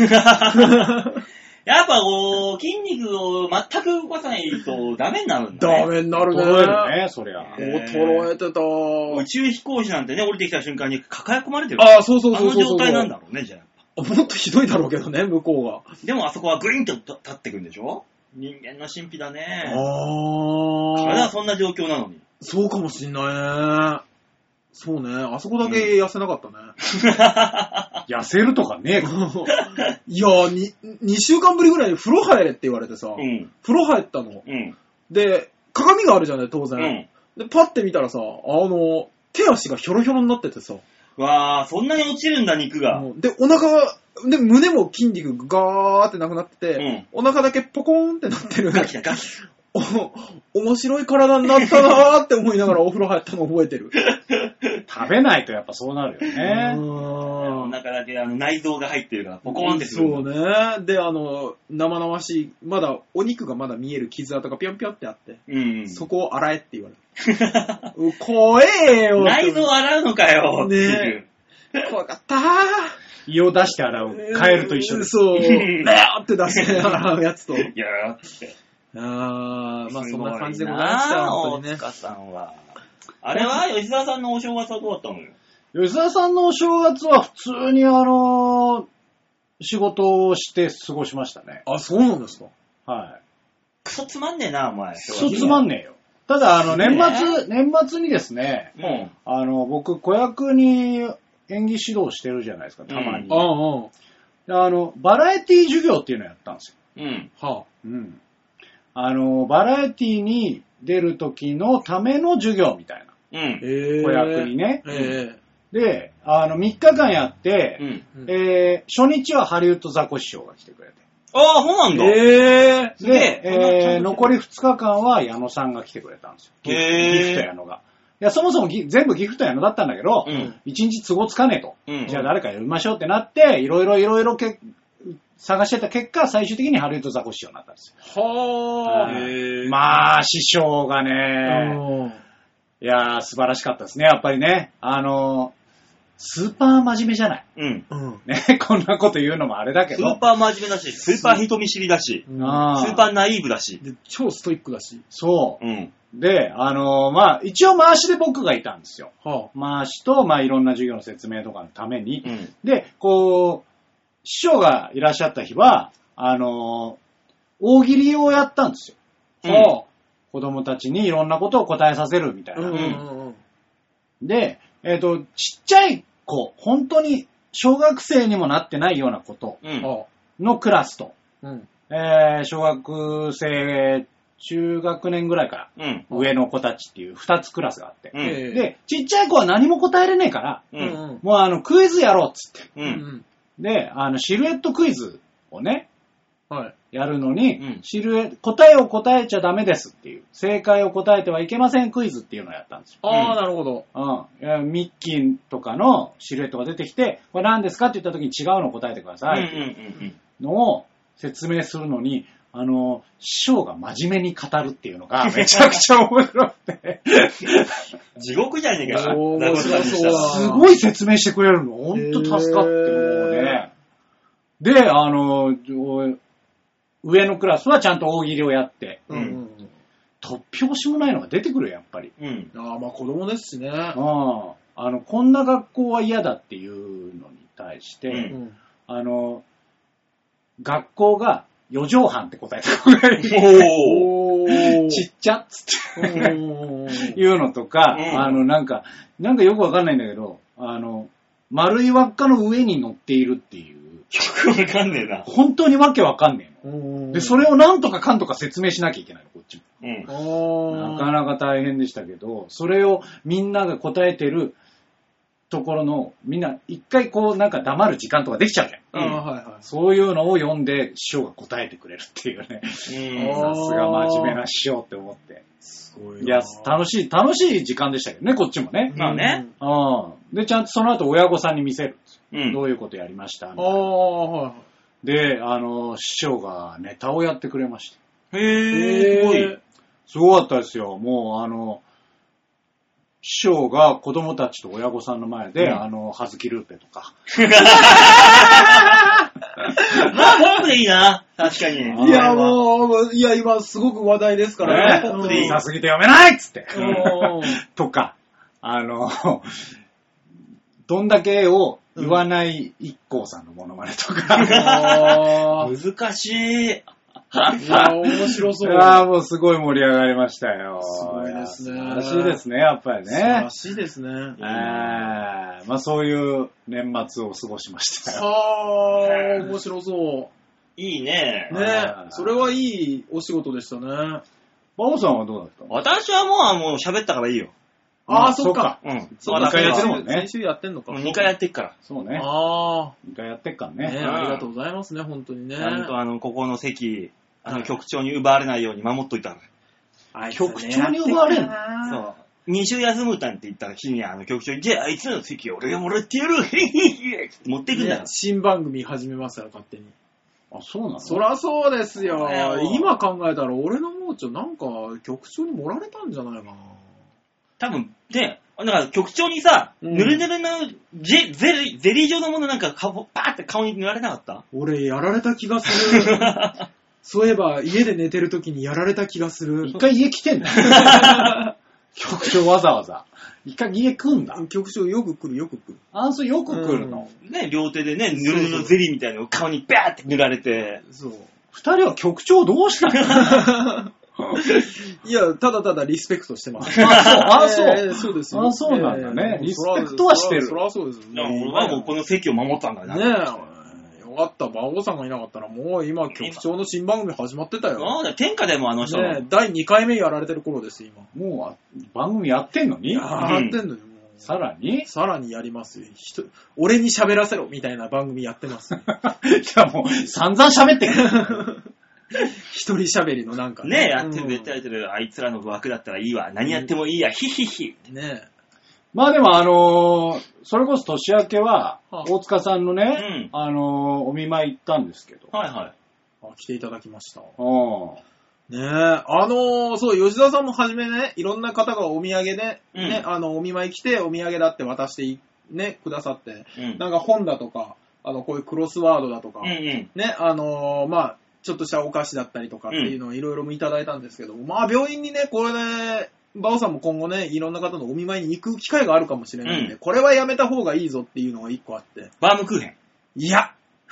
やっぱ筋肉を全く動かさないとダメになるんだね。 ダメになるね。 衰えるね、そりゃ。 衰えてた。 宇宙飛行士なんてね、降りてきた瞬間に抱え込まれてる。 そう。 あの状態なんだろうね、じゃあ。 もっとひどいだろうけどね、向こうが。 でもあそこはグイーンと立ってくんでしょ？人間の神秘だね。体はそんな状況なのに。 そうかもしんないね。そうね。あそこだけ痩せなかったね。 痩せるとかねえか。 いや2週間ぶりぐらいに風呂入れって言われてさ、風呂入ったの。で、鏡があるじゃない、当然。で、パッて見たらさ、手足がヒョロヒョロになっててさ。 わー、そんなに落ちるんだ、肉が。 で、お腹、で、胸も筋肉がガーってなくなってて、お腹だけポコーンってなってる。 ガキだ、ガキ。 面白い体になったなーって思いながらお風呂入ったの覚えてる。 食べないとやっぱそうなるよね。 お腹だけ内臓が入ってるからポコーンってする。 そうね。で、生々しい、まだ、お肉がまだ見える傷跡がぴょんぴょんってあって、そこを洗えって言われる。怖えよ。 内臓洗うのかよ。 ねえ。怖かったー。 胃を出して洗う。カエルと一緒です。 そう。ねーって出して洗うやつと。 いやーって。 まあそんな感じでございました。 大塚さんは。あれは吉沢さんのお正月はどうだったのよ？ 吉沢さんのお正月は普通に仕事をして過ごしましたね。 そうなんですか？ はい。 クソつまんねえな、お前。 クソつまんねえよ。ただ、年末にですね、僕、子役に演技指導してるじゃないですか、たまに。バラエティ授業っていうのをやったんですよ。バラエティに出る時のための授業みたいな。子役にね。で、3日間やって、初日はハリウッドザコシショウが来てくれて。 そうなんだ。 で、残り2日間は矢野さんが来てくれたんですよ。ギフト矢野が。いや、そもそも全部ギフト矢野だったんだけど、1日都合つかねえと。じゃあ誰か呼びましょうってなって、いろいろ探してた結果、最終的にハリウッドザコシショウになったんですよ。まあ、師匠がね、いやー、素晴らしかったですね、やっぱりね。スーパー真面目じゃない。ね、こんなこと言うのもあれだけど。 スーパー真面目だし、スーパー人見知りだし、スーパーナイーブだし。 で超ストイックだし。 そう。で、一応回しで僕がいたんですよ。回しと、いろんな授業の説明とかのために。で、 師匠がいらっしゃった日は、大喜利をやったんですよ。そう。子供たちにいろんなことを答えさせるみたいな。で、ちっちゃい子、本当に小学生にもなってないようなことのクラスと、小学生、中学年ぐらいから上の子たちっていう2つクラスがあって、で、ちっちゃい子は何も答えれねえから、もうクイズやろうっつって、で、シルエットクイズをね、やるのに、答えを答えちゃダメですっていう、正解を答えてはいけませんクイズっていうのをやったんですよ。 なるほど。 ミッキーとかのシルエットが出てきて、これ何ですかって言った時に違うのを答えてくださいっていうのを説明するのに、師匠が真面目に語るっていうのがめちゃくちゃ面白くて。 地獄じゃねえか。 すごい説明してくれるの。ほんと助かって、もうね。で、上のクラスはちゃんと大喜利をやって、突拍子もないのが出てくるよ、やっぱり。 まあ子供ですしね。 こんな学校は嫌だっていうのに対して、学校が4畳半って答えた子がいる。ちっちゃっつっていうのとか、なんかよくわかんないんだけど、丸い輪っかの上に乗っているっていう。 よくわかんねえな。 本当にわけわかんねえの。で、それをなんとかかんとか説明しなきゃいけないの、こっちも。なかなか大変でしたけど、それをみんなが答えてるところの、みんな一回こうなんか黙る時間とかできちゃうじゃん。そういうのを読んで師匠が答えてくれるっていうね。さすが真面目な師匠って思って。すごい。いや、楽しい時間でしたけどね、こっちもね。 まあね。 で、ちゃんとその後親御さんに見せる。どういうことやりましたみたいな。で、師匠がネタをやってくれました。 すごい。 すごかったですよ。もう、師匠が子供たちと親御さんの前で、はずきルーペとか。 まあ、ポップでいいな。確かに。 いや、もう、今すごく話題ですからね。ポップでいい。さすぎて読めないっつって。とか、どんだけを言わない一行さんのモノマネとか。 難しい。 いや、面白そう。 もうすごい盛り上がりましたよ。 すごいですね。 素晴らしいですね、やっぱりね。素晴らしいですね。 まあそういう年末を過ごしましたよ。 面白そう。 いいね。 それはいいお仕事でしたね。 バオさんはどうだった？ 私はもう喋ったからいいよ。 そっか。 2回やってるもんね。 先週やってんのか。 2回やってっから。 そうね。2回やってっからね。 ありがとうございますね、本当にね。 ちゃんとここの席、局長に奪われないように守っといたの。局長に奪われるの？ そう。2週休むたんって言ったら君は局長に、じゃああいつの席を俺がもらってやる持っていくんだよ。 新番組始めますから、勝手に。 そうなの？ そらそうですよ。今考えたら俺の盲腸なんか局長に盛られたんじゃないかな。 多分、ね、だから局長にさ、ぬるぬるのゼリー状のものなんかパーって顔に塗られなかった？ 俺、やられた気がする。そういえば、家で寝てる時にやられた気がする。 一回家来てんだ。局長わざわざ。一回家来んだ。 局長よく来る。 そうよく来るの。 ね、両手でね、ぬるぬるのゼリーみたいなのを顔にバーって塗られて。 そう。 二人は局長どうしたの？ いや、ただただリスペクトしてます。そうですよ。 そうなんだね。リスペクトはしてる。 そりゃそうです。 俺はもうこの席を守ったんだね。よかった。馬王さんがいなかったらもう今局長の新番組始まってたよ。 天下でも人ね。第2回目やられてる頃です今。 もう番組やってんのに？ やってんのよ。 さらにやりますよ。俺に喋らせろみたいな番組やってます。 じゃあもう散々喋ってる。 一人喋りのなんかね。やってる、あいつらの枠だったらいいわ。何やってもいいや、ヒヒヒ。 ね。 まあでもそれこそ年明けは、大塚さんのね、お見舞い行ったんですけど。 来ていただきました。 ねそう、吉田さんもはじめね、いろんな方がお土産で、ね、お見舞い来て、お土産だって渡してね、くださって、なんか本だとか、こういうクロスワードだとか、ね、まあ、ちょっとしたお菓子だったりとかっていうのをいろいろいただいたんですけど、まあ病院にね、これね、バオさんも今後ね、いろんな方のお見舞いに行く機会があるかもしれないんで、これはやめた方がいいぞっていうのが一個あって。 バームクーヘン。 いや、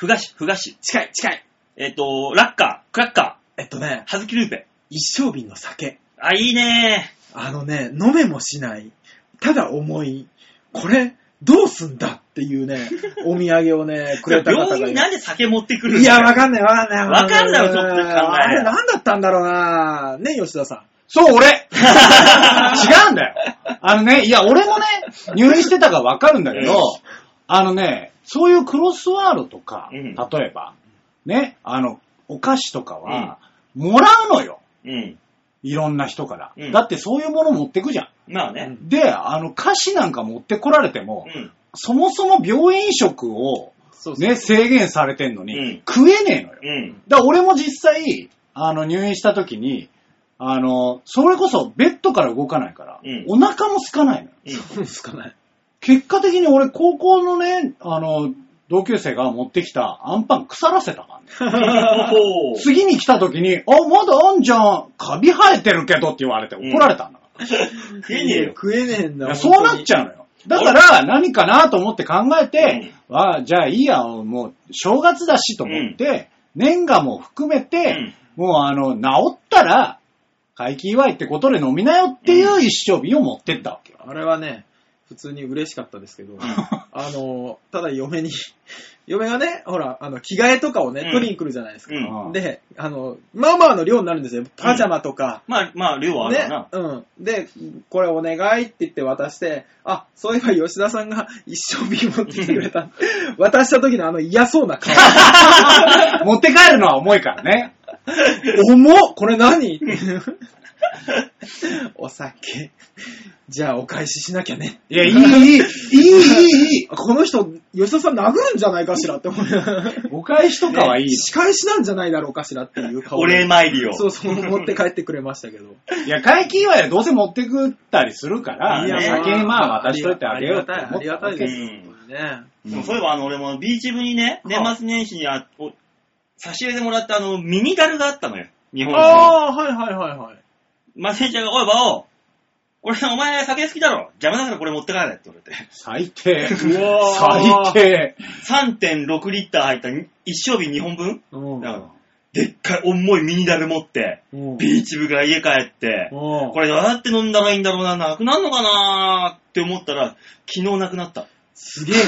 ふ菓子。 近い。 ラッカー、クラッカー。はずきルーペ。 一升瓶の酒。 あ、いいね飲めもしない。ただ重い。これ、どうすんだっていうね、お土産をね、くれた方がいる。 病院になんで酒持ってくるんだよ。 いや、わかんない。 わかんないよ、ちょっと考え。 あれ、なんだったんだろうなね、吉田さん。 そう、俺違うんだよ。いや、俺もね、入院してたからわかるんだけど、そういうクロスワードとか、例えば、ね、お菓子とかは、もらうのよ。いろんな人から。だってそういうもの持ってくじゃん。 まあね。 で、菓子なんか持ってこられても、そもそも病院食を、ね、制限されてんのに、食えねえのよ。だから俺も実際、入院した時に、それこそベッドから動かないから、お腹も空かないのよ。 空かない。 結果的に俺、高校のね、同級生が持ってきたアンパン腐らせたからね。次に来た時に、まだあんじゃん、カビ生えてるけどって言われて怒られたんだから。 食えねえよ。 食えねえんだ。 そうなっちゃうのよ。だから何かなと思って考えて、じゃあいいや、もう正月だしと思って、年賀も含めて、もう治ったら、会期祝いってことで飲みなよっていう一升瓶を持ってったわけよ。 あれはね、普通に嬉しかったですけど、ただ嫁がね、ほら、着替えとかをね、取りに来るじゃないですか。で、まあの量になるんですよ。パジャマとか。 まあ、量はあるかな。で、これお願いって言って渡して、そういえば吉田さんが一升瓶持ってきてくれた。渡した時の嫌そうな顔。 持って帰るのは重いからね。 重っこれ何お酒。じゃあお返ししなきゃね。 いや、いい。 この人、吉田さん殴るんじゃないかしらって思う。 お返しとかはいいの。 仕返しなんじゃないだろうかしらっていう顔。 お礼参りを。 そう、持って帰ってくれましたけど。 いや、会期祝いはどうせ持ってくったりするから、先に渡しといてあげようって思った。 ありがたいです。 そういえば俺もビーチ部にね、年末年始に差し入れてもらったミニダルがあったのよ。日本人。 はい。 マネージャーが、おい、バオ、これお前酒好きだろ。邪魔だからこれ持って帰れって言われて。 最低。最低。 3.6 リッター入った一升瓶2本分、でっかい重いミニダル持って、ビーチ部から家帰って、これどうやって飲んだらいいんだろうな、なくなるのかなって思ったら、昨日なくなった。 すげえ。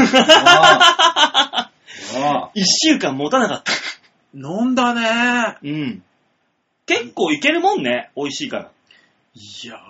1週間持たなかった。 飲んだね。 結構いけるもんね、美味しいから。 いや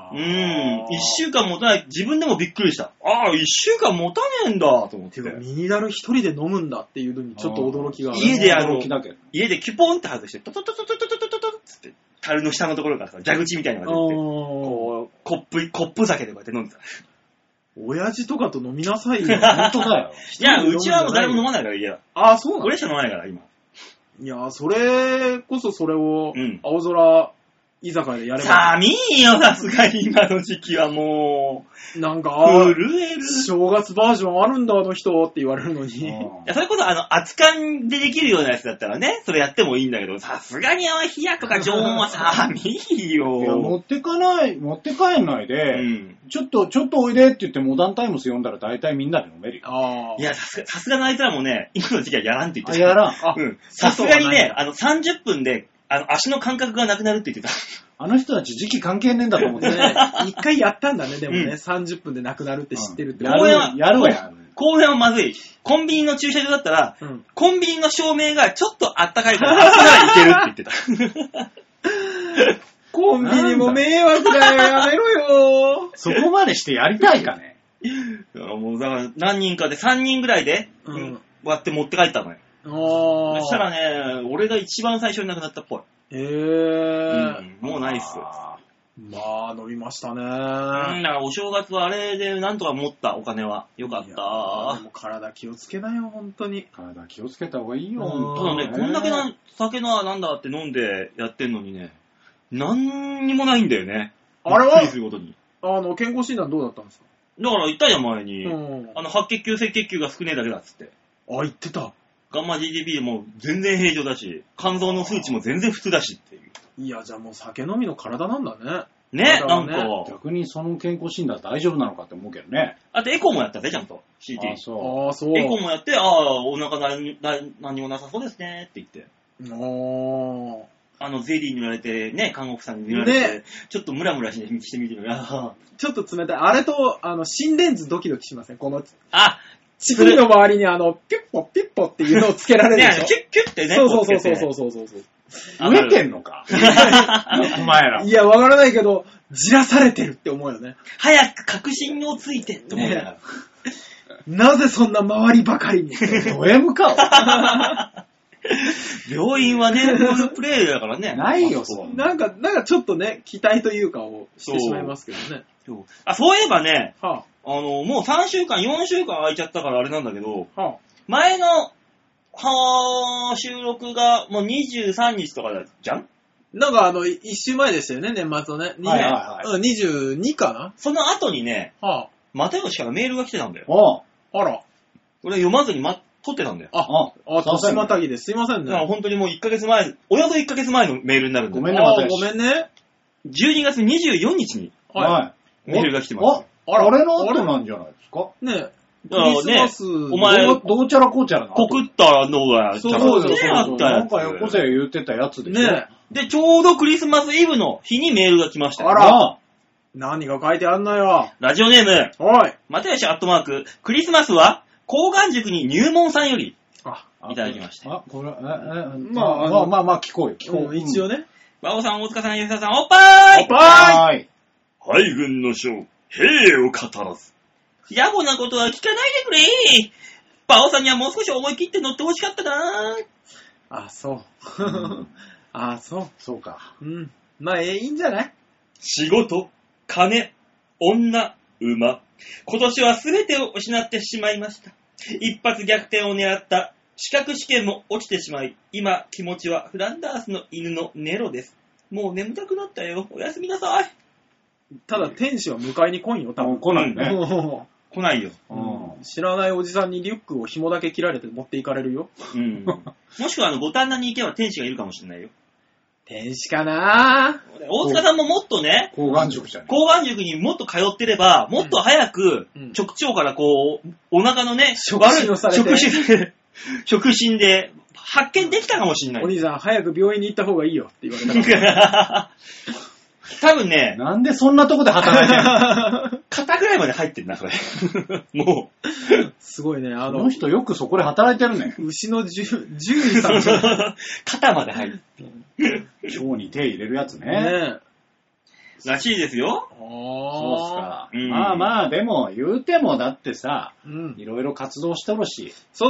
1週間持たない、自分でもびっくりした。1週間持たねえんだ、と思って。 ミニダル一人で飲むんだっていうのにちょっと驚きがある。 家で家でキュポンって外して、トトトトトトトトトトつって、樽の下のところからさ、蛇口みたいなのが出て、こう、コップ酒でこうやって飲んでた。 親父とかと飲みなさいよ。 本当だよ。 いや、うちはもう誰も飲まないから、家は。 そうなの？ 俺しか飲まないから、今。 いや、それこそそれを、青空居酒屋でやれば。 寒いよ、さすがに今の時期はもう。 なんか、 震える。 正月バージョンあるんだ、あの人って言われるのに。いや、それこそ熱燗でできるようなやつだったらね、それやってもいいんだけど、さすがに冷やとか常温は寒いよ。 いや、持って帰んないで、ちょっとおいでって言ってモダンタイムス読んだら大体みんなで飲めるよ。 いや、さすがのあいつらもね、今の時期はやらんって言ってた。 やらん。 さすがにね、30分で、足の感覚がなくなるって言ってた。 あの人たち時期関係ねえんだと思ってね。 一回やったんだね、でもね、30分でなくなるって知ってるって。 やるわや。 公園はまずい。コンビニの駐車場だったら、コンビニの照明がちょっとあったかいから、あっちならいけるって言ってた。 コンビニも迷惑だよ、やめろよ。 そこまでしてやりたいかね。 もうだから何人かで3人ぐらいで、割って持って帰ったのよ。そしたらね、俺が一番最初に亡くなったっぽい。もうないっすよ。 まあ、飲みましたね。 だからお正月はあれでなんとか持ったお金は。よかった。 でも体気をつけなよ、本当に。 体気をつけた方がいいよ、 ただね、こんだけ酒のなんだって飲んでやってんのにね、なんにもないんだよね。 あれはびっくりすることに。 健康診断どうだったんですか？ だから言ったじゃん、前に。白血球、赤血球が少ねえだけだっつって。 言ってた。 ガンマ GDP も全然平常だし、肝臓の数値も全然普通だしっていう。 いや、じゃあもう酒飲みの体なんだね。 ね、なんか。 逆にその健康診断大丈夫なのかって思うけどね。 あとエコーもやったぜ、ちゃんと。 CT。 あ、そう。 エコーもやって、お腹何もなさそうですねって言って。ゼリーに塗られて、ね、看護婦さんに塗られて、ね、ちょっとムラムラしてみてるが。 ちょっと冷たい。あれと、心電図ドキドキしません？この、乳首の周りにピュッポピュッポっていうのをつけられるでしょ？ ね、キュッキュッってね。 そう。 植えてんのかお前ら。 いや、わからないけど、じらされてるって思うよね。 早く確信をついてって思うよね。 なぜそんな周りばかりに。 ド M か病院はね、こういうプレイだからね。 ないよ、そんな。なんかちょっとね、期待というかをしてしまいますけどね。 そういえばね、もう3週間、4週間空いちゃったからあれなんだけど、前の、収録がもう23日とかだじゃん？ なんか1週前でしたよね、年末のね。22かな？ その後にね、又吉からメールが来てたんだよ。あら。 俺読まずに撮ってたんだよ。 年またぎですいませんね。 本当にもう1ヶ月前、およそ1ヶ月前のメールになるんだよ。 ごめんね、 ごめんね。 12月24日に、メールが来てます。 あれの後なんじゃないですか？ ねクリスマス、 お前、どうちゃらこうちゃらな。 告ったのが、 そうなんかよこせ言ってたやつでしょ。 ね。で、ちょうどクリスマスイブの日にメールが来ました。 あら。何が書いてあんのよ。 ラジオネーム。 はい。 又吉@クリスマスは、高岩塾に入門さんより、いただきました。 これ、まあ、聞こう。 一応ね。 バオさん、大塚さん、吉田さん、おっぱーい！ おっぱーい！ 海軍の将、兵を語らず。 野暮なことは聞かないでくれ。バオさんにはもう少し思い切って乗ってほしかったな。 そう。そう。 そうか。 まあ、いいんじゃない？ 仕事、金、女、馬。 今年は全てを失ってしまいました。一発逆転を狙った資格試験も落ちてしまい、今気持ちはフランダースの犬のネロです。もう眠たくなったよ。おやすみなさい。 ただ天使は迎えに来んよ、多分。 来ないね。 来ないよ。 知らないおじさんにリュックを紐だけ切られて持っていかれるよ。 もしくは五反田に行けば天使がいるかもしれないよ。 天使かなぁ。 大塚さんももっとね、 高岩塾じゃん。 高岩塾にもっと通ってれば、もっと早く、直腸からこう、お腹のね、 触診で発見できたかもしれない。 お兄さん、早く病院に行った方がいいよって言われたから。 多分ね、 なんでそんなとこで働いてるの？ 肩ぐらいまで入ってるな、それ。もう。すごいね、 この人よくそこで働いてるね。 牛の獣医さんじゃない。 肩まで入って。 腸に手入れるやつね。 らしいですよ。 そうっすか。まあ、でも、言うてもだってさ、いろいろ活動してるし。 そう。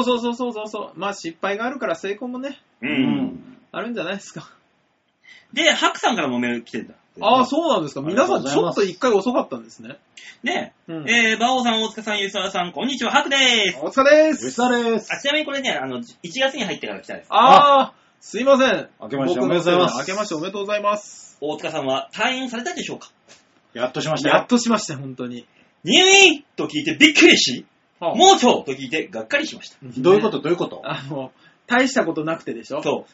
まあ、失敗があるから成功もね。あるんじゃないですか。 で、ハクさんからもメール来てんだ。 そうなんですか。皆さんちょっと一回遅かったんですね。 ねえ。馬王さん、大塚さん、吉沢さん、こんにちは、ハクでーす。 大塚でーす。 吉沢でーす。 ちなみにこれね、1月に入ってから来たんです。 すいません。 明けましておめでとうございます。 明けましておめでとうございます。 大塚さんは退院されたでしょうか？ やっとしましたよ。やっとしました、本当に。 入院と聞いてびっくりし、盲腸と聞いてがっかりしました。 どういうこと大したことなくてでしょ？ そう。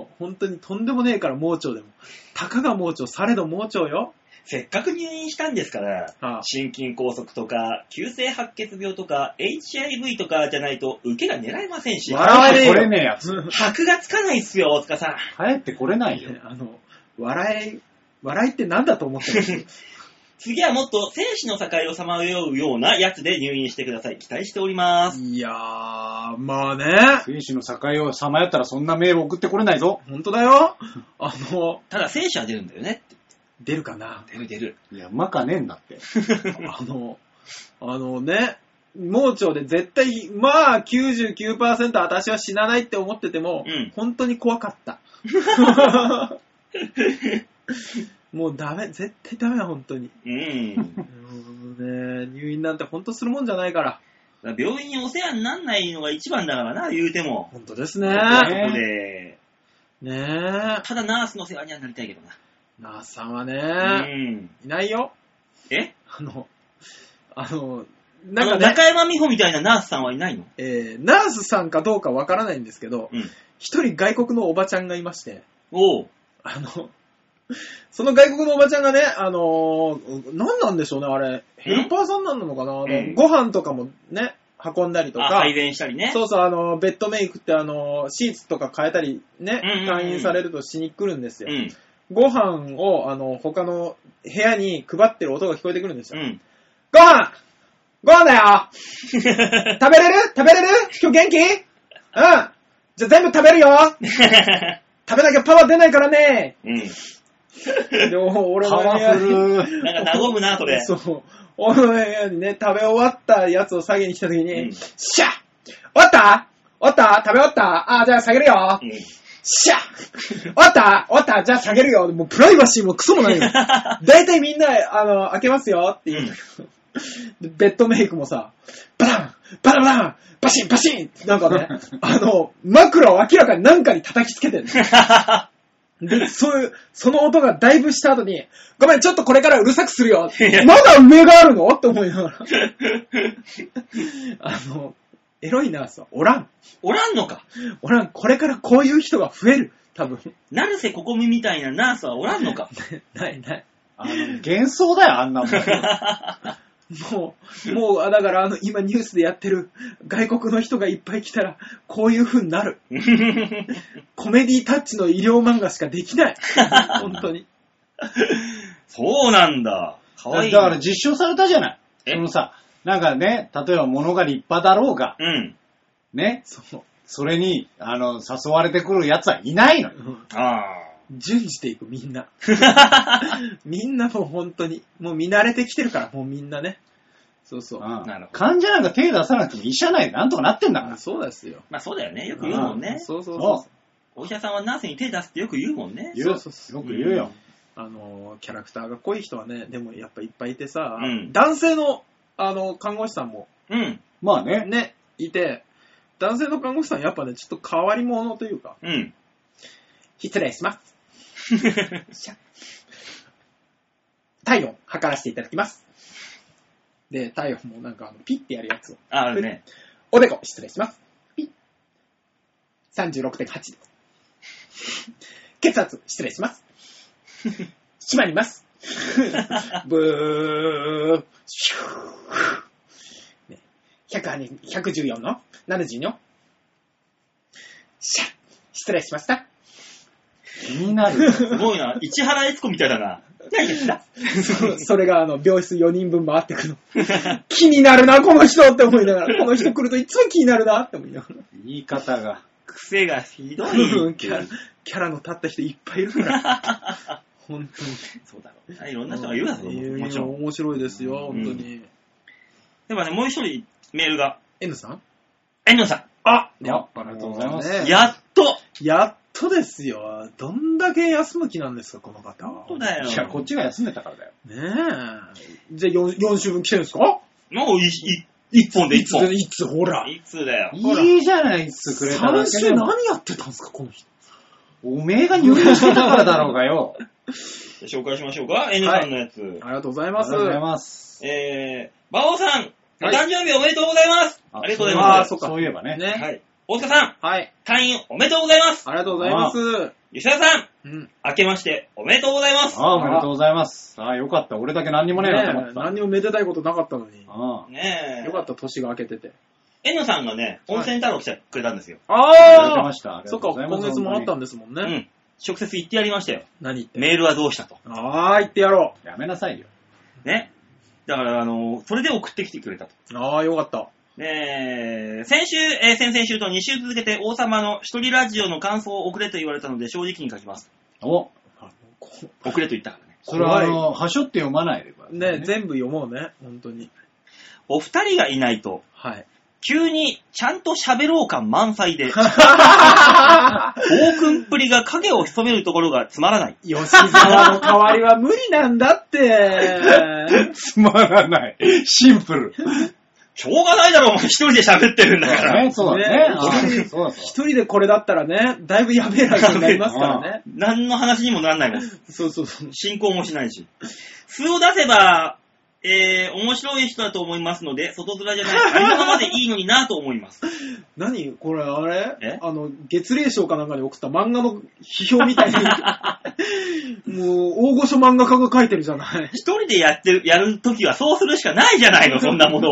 本当にとんでもねえから盲腸でも。たかが盲腸、されど盲腸よ。 せっかく入院したんですから、心筋梗塞とか、急性白血病とか、HIV とかじゃないと受けが狙えませんし。 笑えこれねえやつ。 箔がつかないっすよ、大塚さん。 帰ってこれないよ。 笑いってなんだと思ってる次はもっと生死の境をさまようようなやつで入院してください。期待しております。 いやー、まあね。 生死の境をさまよったらそんなメール送ってこれないぞ。 ほんとだよ。 ただ生死は出るんだよねって。 出るかな？ 出る。 いや、馬かねえんだって。 ね、盲腸で絶対、まあ 99% 私は死なないって思ってても、本当に怖かった。もうダメ、絶対ダメだ、本当に。ね、入院なんて本当するもんじゃないから。 病院にお世話になんないのが一番だからな、言うても。 本当ですね。 ただナースの世話にはなりたいけどな。 ナースさんはね、いないよ。 なんか中山美穂みたいなナースさんはいないの？ ナースさんかどうかわからないんですけど、一人外国のおばちゃんがいまして、その外国のおばちゃんがね、何なんでしょうね、あれ。ヘルパーさんなのかな、ご飯とかもね、 運んだりとか。 配膳したりね。 そうそう、ベッドメイクってシーツとか変えたりね、退院されるとしに来るんですよ。ご飯を、他の部屋に配ってる音が聞こえてくるんですよ。ご飯だよ食べれる今日元気じゃあ全部食べるよ食べなきゃパワー出ないからねでも俺の部屋になんか和むな、それ。 そう。俺の部屋にね、食べ終わったやつを下げに来た時に、シャッ終わった食べ終わったじゃあ下げるよシャッ終わったじゃあ下げるよもうプライバシーもクソもないよ。だいたいみんな、開けますよって言うんだけど。ベッドメイクもさ、バタンバシンなんかね、枕を明らかに何かに叩きつけてる。で、その音がだいぶした後に、ごめん、ちょっとこれからうるさくするよ。まだ上があるのって思いながら。エロいナースはおらんのか。これからこういう人が増える。多分。 成瀬ここみみたいなナースはおらんのか。 ない。 幻想だよ、あんなもん。 もう、だから今ニュースでやってる外国の人がいっぱい来たら、こういう風になる。コメディタッチの医療漫画しかできない。本当に。 そうなんだ。かわいい。 だから実証されたじゃない。さ、なんかね、例えば物が立派だろうが、ね、それに、誘われてくる奴はいないのよ。 順じていく、みんな。みんなもう本当に、もう見慣れてきてるから、もうみんなね。そう。 患者なんか手出さなくても医者内でなんとかなってんだから。 そうですよ。 まあそうだよね。よく言うもんね。 そう。 お医者さんはナースに手出すってよく言うもんね。 よく言うよ。 キャラクターが濃い人はね、でもやっぱいっぱいいてさ、男性の、看護師さんも、 まあね、 いて、男性の看護師さんやっぱね、ちょっと変わり者というか、失礼します。体温測らせていただきます。で、体温もなんかピッてやるやつを。 あるね。 おでこ失礼します。ピッ。36.8 です。血圧失礼します。締まります。ブー。114の70の。シャッ。失礼しました。 気になる。 すごいな。市原悦子みたいだな。 それが病室4人分回ってくるの。気になるな、この人って思いながら。この人来るといつも気になるなって思いながら。 言い方が。 癖がひどい。 キャラの立った人いっぱいいるから。本当に。 そうだろう。いろんな人がいるだろう。もちろん。 面白いですよ、本当に。 でもね、もう一人メールが。 N さん。 ありがとうございます。 やっとですよ。どんだけ休む気なんですか、この方は。 本当だよ。 いや、こっちが休んでたからだよ。 ねえ。じゃあ4週分来てるんですか？ もう1本で1本。 いつほら。 いつだよ。 いいじゃないっす、くれただけ 3週何やってたんですか、この人。 おめえが入院してたからだろうがよ。 紹介しましょうか、N さんのやつ。 ありがとうございます。 ありがとうございます。 馬王さん、お誕生日おめでとうございます。ありがとうございます。 そういえばね。 はい。大塚さん、 はい。 退院おめでとうございます。 ありがとうございます。 吉田さん、明けましておめでとうございます。 おめでとうございます。よかった。俺だけ何にもねえなと思ってた。 何にもめでたいことなかったのに。 ねえ。 よかった、年が明けてて。 N さんがね、温泉太郎来てくれたんですよ。 そっか、今月もあったんですもんね。 直接言ってやりましたよ。 何言って？ メールはどうしたと。 言ってやろう。やめなさいよ。 ね。だから、それで送ってきてくれたと。 よかった。 先週、先々週と2週続けて王様の一人ラジオの感想を送れと言われたので正直に書きます。 送れと言ったからね。 それははしょって読まないでくださいね。全部読もうね、本当に。 お二人がいないと、急にちゃんと喋ろう感満載で、暴君っぷりが影を潜めるところがつまらない。 吉沢の代わりは無理なんだって。 つまらない。シンプル。 しょうがないだろ、お前一人で喋ってるんだから。 そうだね。 一人でこれだったらね、だいぶやべえラジオになりますからね。 何の話にもならないもん。 そう。 進行もしないし。素を出せば、面白い人だと思いますので、外面じゃない、ありのままでいいのになと思います。 何これあれ月齢賞かなんかに送った漫画の批評みたいに。もう、大御所漫画家が書いてるじゃない。 一人でやるときはそうするしかないじゃないの、そんなものを。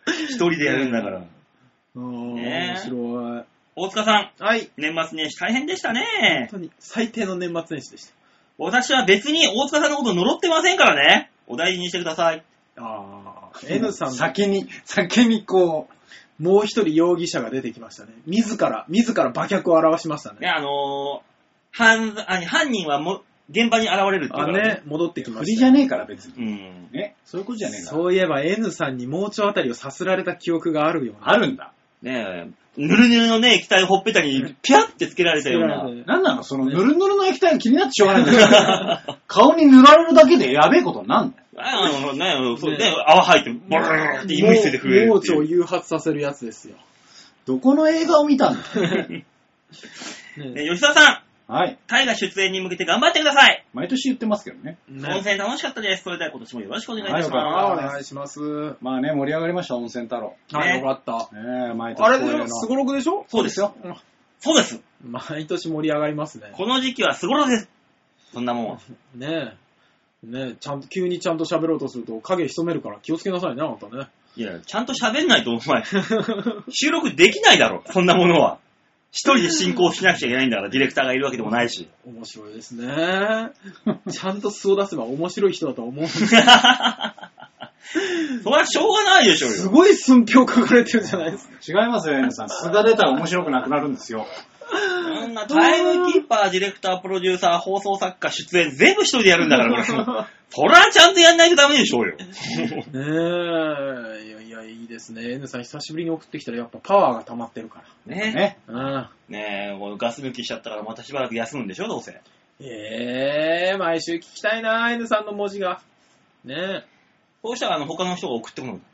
一人でやるんだから。 面白い。 大塚さん。はい。 年末年始大変でしたね。 本当に最低の年末年始でした。 私は別に大塚さんのこと呪ってませんからね。お大事にしてください。 N さん。 先にこう、もう一人容疑者が出てきましたね。自ら馬脚を表しましたね。 ね、犯人は現場に現れるっていうからね。戻ってきました。 振りじゃねえから別に。 ね。そういうことじゃねえから。そういえば N さんに盲腸あたりをさすられた記憶があるような。 あるんだ。 ねえ。ぬるぬるのね、液体をほっぺたにピャってつけられたような。 なんなのそのぬるぬるの液体が気になってしょうがないんだよ。顔に塗られるだけでやべえことになんだよ。そうね、泡吐いて、ボーンって医務室で増える。 盲腸を誘発させるやつですよ。 どこの映画を見たんだね、吉田さん。 はい。 大河出演に向けて頑張ってください。 毎年言ってますけどね。 温泉楽しかったです。それでは今年もよろしくお願いいたします。 お願いします。 まあね、盛り上がりました、温泉太郎。 はい、よかった。 毎年。 あれでも、すごろくでしょ？ そうですよ。そうです。 毎年盛り上がりますね。 この時期はすごろくです。そんなもんは。 ねえ、急にちゃんと喋ろうとすると影潜めるから気をつけなさいね、あなたね。 いや、ちゃんと喋んないとお前、収録できないだろ、そんなものは。一人で進行しなくちゃいけないんだから、ディレクターがいるわけでもないし。 面白いですね。ちゃんと素を出せば面白い人だと思うんですよ。それはしょうがないでしょうよ。 すごい寸評書かれてるじゃないですか。 違いますよ、N さん。素が出たら面白くなくなるんですよ。 そんなタイムキーパー、ディレクター、プロデューサー、放送作家、出演、全部一人でやるんだから、これ。そらちゃんとやんないとダメでしょうよ。 いいですね。N さん久しぶりに送ってきたらやっぱパワーが溜まってるから。 ねえ、ガス抜きしちゃったからまたしばらく休むんでしょ、どうせ。 毎週聞きたいな、N さんの文字が。ねえ。 そうしたら他の人が送ってこなかった。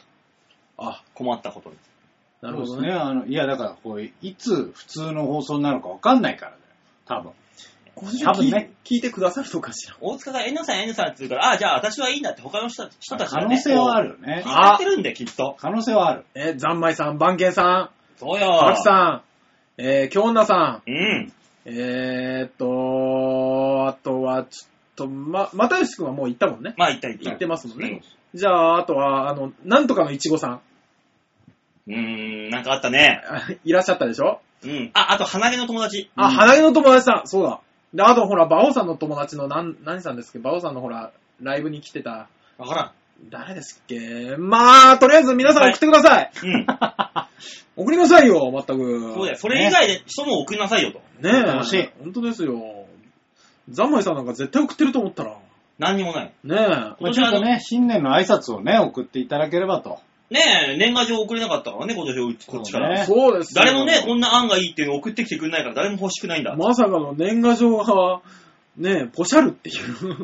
困ったことに。 なるほどね。いや、だからいつ普通の放送になるか分かんないからだよ。多分ね。聞いてくださるのかしら。 大塚が N さんって言うから、じゃあ私はいいんだって他の人たちがね。 可能性はあるよね。 聞いてるんだよ、きっと。 可能性はある。 ざんまいさん、番犬さん。 そうよ。 あきさん。京女さん。うん。 あとは、ちょっと、又吉くんはもう行ったもんね。 まあ行ってますもんね。じゃあ、あとは、なんとかのいちごさん。 なんかあったね。 いらっしゃったでしょ？ うん。あと、鼻毛の友達。 鼻毛の友達さん。そうだ。で、あとほら、馬王さんの友達の何さんですっけ？馬王さんのほら、ライブに来てた。 わからん。 誰ですっけ？まあ、とりあえず皆さん送ってください。 うん。 送りなさいよ、まったく。 そうだよ。それ以外で人も送りなさいよと。 ねえ。楽しい。本当ですよ。ザンマイさんなんか絶対送ってると思ったら。 何にもない。 ねえ。 ちょっとね、新年の挨拶をね、送っていただければと。 ねえ、年賀状送れなかったからね、今年こっちから。 そうです。 誰もね、こんな案がいいっていうのを送ってきてくれないから誰も欲しくないんだ。 まさかの年賀状が、ねえ、ポシャルっていう。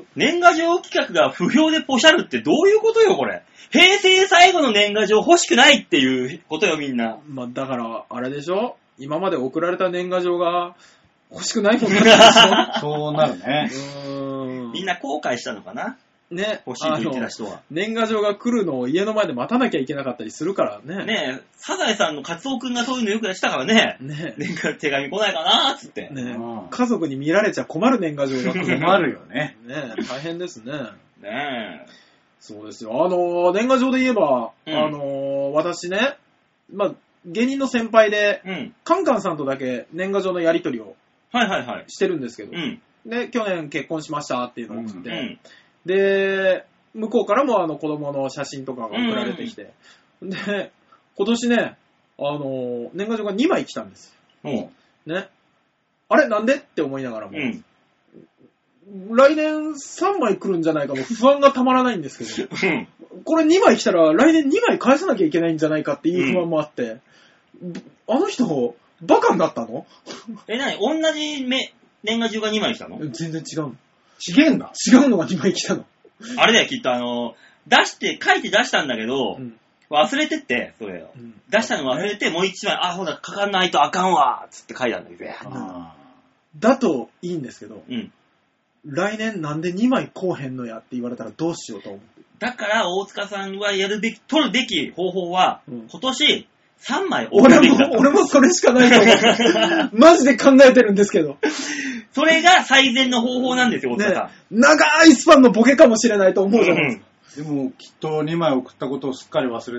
年賀状企画が不評でポシャルってどういうことよ、これ。平成最後の年賀状欲しくないっていうことよ、みんな。 まあ、だから、あれでしょ？今まで送られた年賀状が欲しくないもんなんでしょ？ そうなるね。 みんな後悔したのかな？ ね、 欲しいと言ってた人は。 年賀状が来るのを家の前で待たなきゃいけなかったりするからね。 ねえ、サザエさんのカツオくんがそういうのよくやってたからね。ねえ。手紙来ないかなーっつって。 ねえ。家族に見られちゃ困る年賀状が来る。 困るよね。 ねえ、大変ですね。 ねえ。 そうですよ。年賀状で言えば、私ね、まあ、芸人の先輩で、カンカンさんとだけ年賀状のやり取りをしてるんですけど、で、去年結婚しましたっていうのを送って、で、向こうからも子供の写真とかが送られてきて、で、今年ね、年賀状が2枚来たんですよ。ね。あれなんでって思いながらも、来年3枚来るんじゃないかも不安がたまらないんですけど、これ2枚来たら来年2枚返さなきゃいけないんじゃないかっていう不安もあって、あの人、バカになったの？ 同じ年賀状が2枚来たの？ 全然違うの。 違うんだ。 違うのが2枚来たの。 あれだよ、きっと書いて出したんだけど、忘れてって、それを。出したの忘れて、もう1枚、ほら、書かないとあかんわつって書いたんだけど、 だといいんですけど、来年なんで2枚こうへんのやって言われたらどうしようと思って。 だから、大塚さんは取るべき方法は、今年、3枚送るべきだった。 俺もそれしかないと思う。マジで考えてるんですけど。 それが最善の方法なんですよ、大塚さん。 長いスパンのボケかもしれないと思うじゃないですか。 でも、きっと2枚送ったことをすっかり忘れて、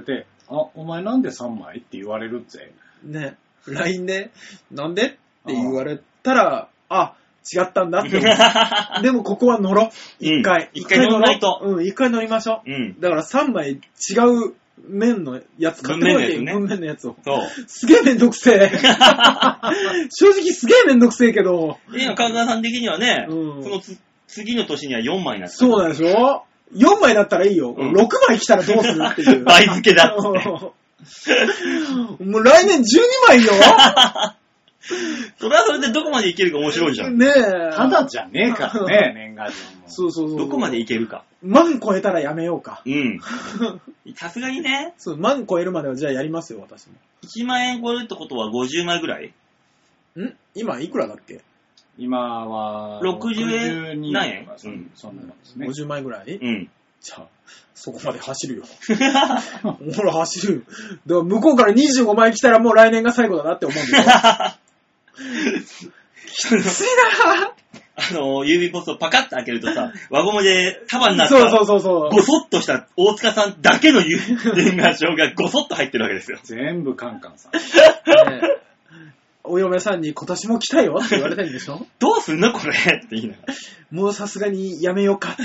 お前なんで3枚って言われるぜ。 ね。LINE で、なんでって言われたら、違ったんだって。でもここは乗ろう。一回乗らないと。 一回乗りましょう。だから3枚違う面のやつ買ってこなきゃいけない。文面のやつを。そう。すげえめんどくせえ。正直すげえめんどくせえけど。 今、川川さん的にはね、その次の年には4枚になってそうなんでしょ ?4 枚だったらいいよ。6枚来たらどうするっていう。 倍付けだっつって。 もう来年12枚よ。 それはそれでどこまでいけるか面白いじゃん。 ねえ。 ただじゃねえからね、年賀状も。 そう。 どこまでいけるか。 万超えたらやめようか。 さすがにね。 そう、万超えるまではじゃあやりますよ、私も。 1万円超えるってことは50枚ぐらい？ 今いくらだっけ？ 今は、 60円何円？ そんなもんですね。 50枚ぐらい？じゃあ、そこまで走るよ。ほら、走るよ。だから向こうから25枚来たらもう来年が最後だなって思うんだよ。きついな郵便ポストパカッと開けるとさ、輪ゴムで束になった、 そう。 ごそっとした大塚さんだけの年賀状がごそっと入ってるわけですよ。 全部カンカンさん。 お嫁さんに今年も来たよって言われてるんでしょどうすんのこれって言いながら。 もうさすがにやめようかって。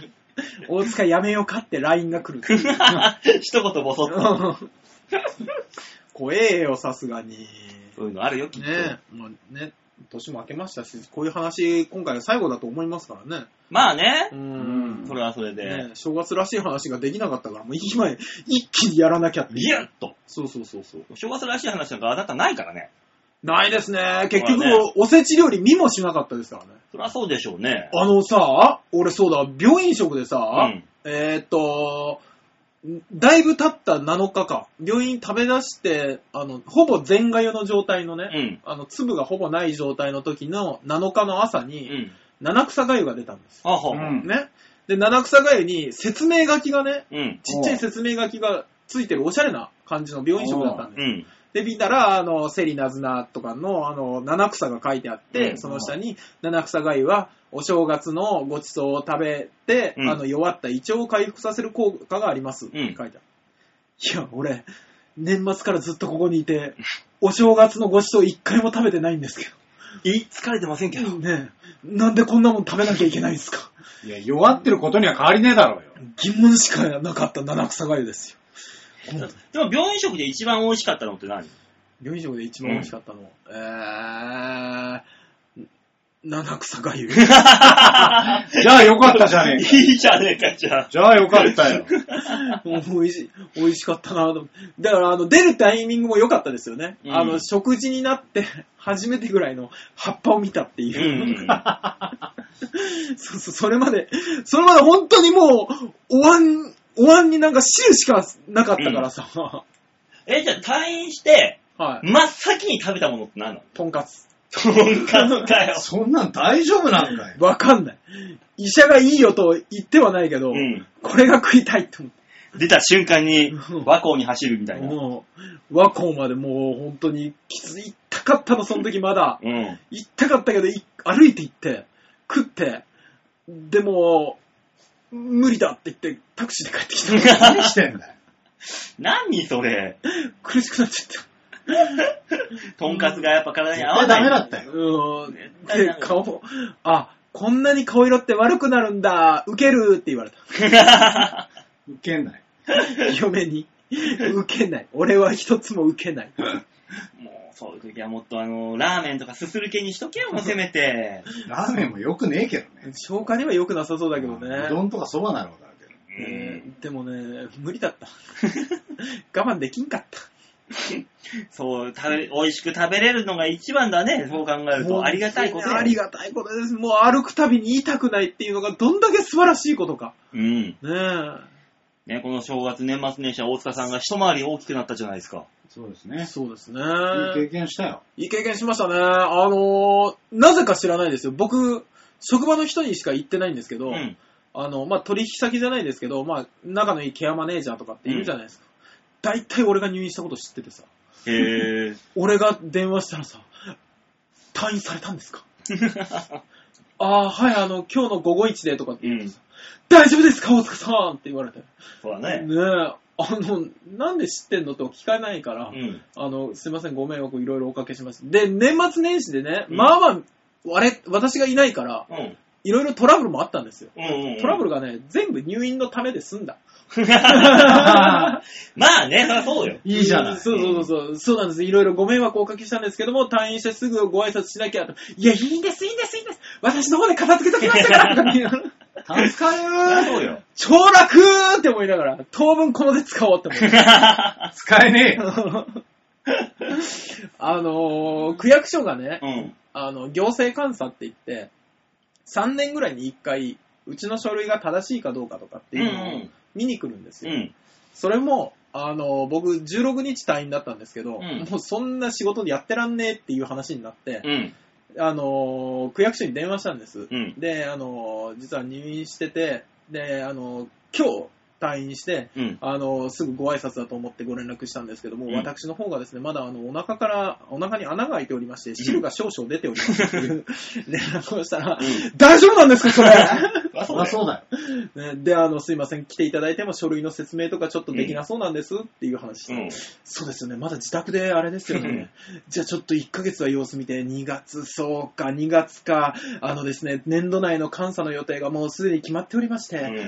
大塚やめようかって LINE が来る。 一言ボソッと。 怖えよ、さすがに。 そういうのあるよ、きっと。 ね年も明けましたし、こういう話、今回は最後だと思いますからね。 まあね。それはそれで。 正月らしい話ができなかったから、もう今一気にやらなきゃって。 ギュッと。 そう。 正月らしい話なんかあなたないからね。 ないですね。結局、おせち料理見もしなかったですからね。 そりゃそうでしょうね。 俺そうだ、病院食でさ、だいぶ経った7日か。病院食べ出して、ほぼ全がゆの状態のね、粒がほぼない状態の時の7日の朝に、七草がゆが出たんです。ね。で、七草がゆに説明書きがね、ちっちゃい説明書きがついてるおしゃれな感じの病院食だったんです。で、見たら、セリナズナとかの、七草が書いてあって、その下に、七草がゆは、お正月のごちそうを食べて、弱った胃腸を回復させる効果があります。って書いてある。いや、俺、年末からずっとここにいて、お正月のごちそう一回も食べてないんですけど。 疲れてませんけど。 ねえ、なんでこんなもん食べなきゃいけないんですか。 いや、弱ってることには変わりねえだろうよ。 疑問しかなかった七草がゆですよ。 でも病院食で一番美味しかったのって何？ 病院食で一番美味しかったの。七草がゆ。 じゃあよかったじゃねえか。 いいじゃねえか、じゃあ。 じゃあよかったよ。 美味しかったなと。だから出るタイミングも良かったですよね。食事になって初めてぐらいの葉っぱを見たっていう。それまで本当にもう、お椀になんか汁しかなかったからさ。 じゃあ退院して、真っ先に食べたものって何なの？ とんかつ。 とんかつかよ。 そんなん大丈夫なんかよ。 わかんない。医者がいいよと言ってはないけど、これが食いたいって思って。 出た瞬間に和光に走るみたいな。 もう和光までもう本当に行ったかったの、その時まだ。行ったかったけど、歩いて行って、食って、でも、無理だって言ってタクシーで帰ってきた。 何してんだよ。 何それ。 苦しくなっちゃった。 とんかつがやっぱ体に合わない。 ダメだったよ。 で、こんなに顔色って悪くなるんだ、ウケるって言われた。 ウケない。 嫁に。ウケない。俺は一つもウケない。 もう、そういう時はもっとラーメンとかすする系にしとけよ、もうせめて。 ラーメンも良くねえけどね。 消化には良くなさそうだけどね。 うどんとかそばならわかるけど。でもね、無理だった。我慢できんかった。 そう、美味しく食べれるのが一番だね。そう考えるとありがたいことです。 ありがたいことです。もう歩くたびに言いたくないっていうのがどんだけ素晴らしいことか。ねえ。この正月年末年始は大塚さんが一回り大きくなったじゃないですか。 そうですね。 いい経験したよ。 いい経験しましたね。なぜか知らないですよ。僕、職場の人にしか言ってないんですけど、取引先じゃないですけど、仲のいいケアマネージャーとかっているじゃないですか。大体俺が入院したこと知っててさ。俺が電話したらさ、退院されたんですかはい、今日の午後1でとかって言ってさ、大丈夫ですか大塚さんって言われて。 そうだね。 なんで知ってんのと聞かないから、すいません、ご迷惑いろいろおかけします。で、年末年始でね、私がいないから、いろいろトラブルもあったんですよ。トラブルがね、全部入院のためで済んだ。 まあね、そりゃそうよ。 いいじゃない。 そうなんです。いろいろご迷惑をおかけしたんですけども、退院してすぐご挨拶しなきゃと。いや、いいんです。私の方で片付けときましたから。 助かるー。 そうよ。超楽ーって思いながら、当分この手使おうって思って。 使えねえよ。区役所がね、行政監査って言って、3年ぐらいに1回、うちの書類が正しいかどうかとかっていうのを見に来るんですよ。それも、僕16日退院だったんですけど、もうそんな仕事でやってらんねえっていう話になって、区役所に電話したんです。で、実は入院してて、で、今日退院して、すぐご挨拶だと思ってご連絡したんですけども、私の方がですね、まだお腹に穴が開いておりまして、汁が少々出ておりますっていう連絡をしたら、大丈夫なんですか、それそうだよ。ね、で、すいません、来ていただいても書類の説明とかちょっとできなそうなんですっていう話して、そうですよね、まだ自宅であれですよね。じゃあちょっと1ヶ月は様子見て、2月か、ですね、年度内の監査の予定がもうすでに決まっておりまして、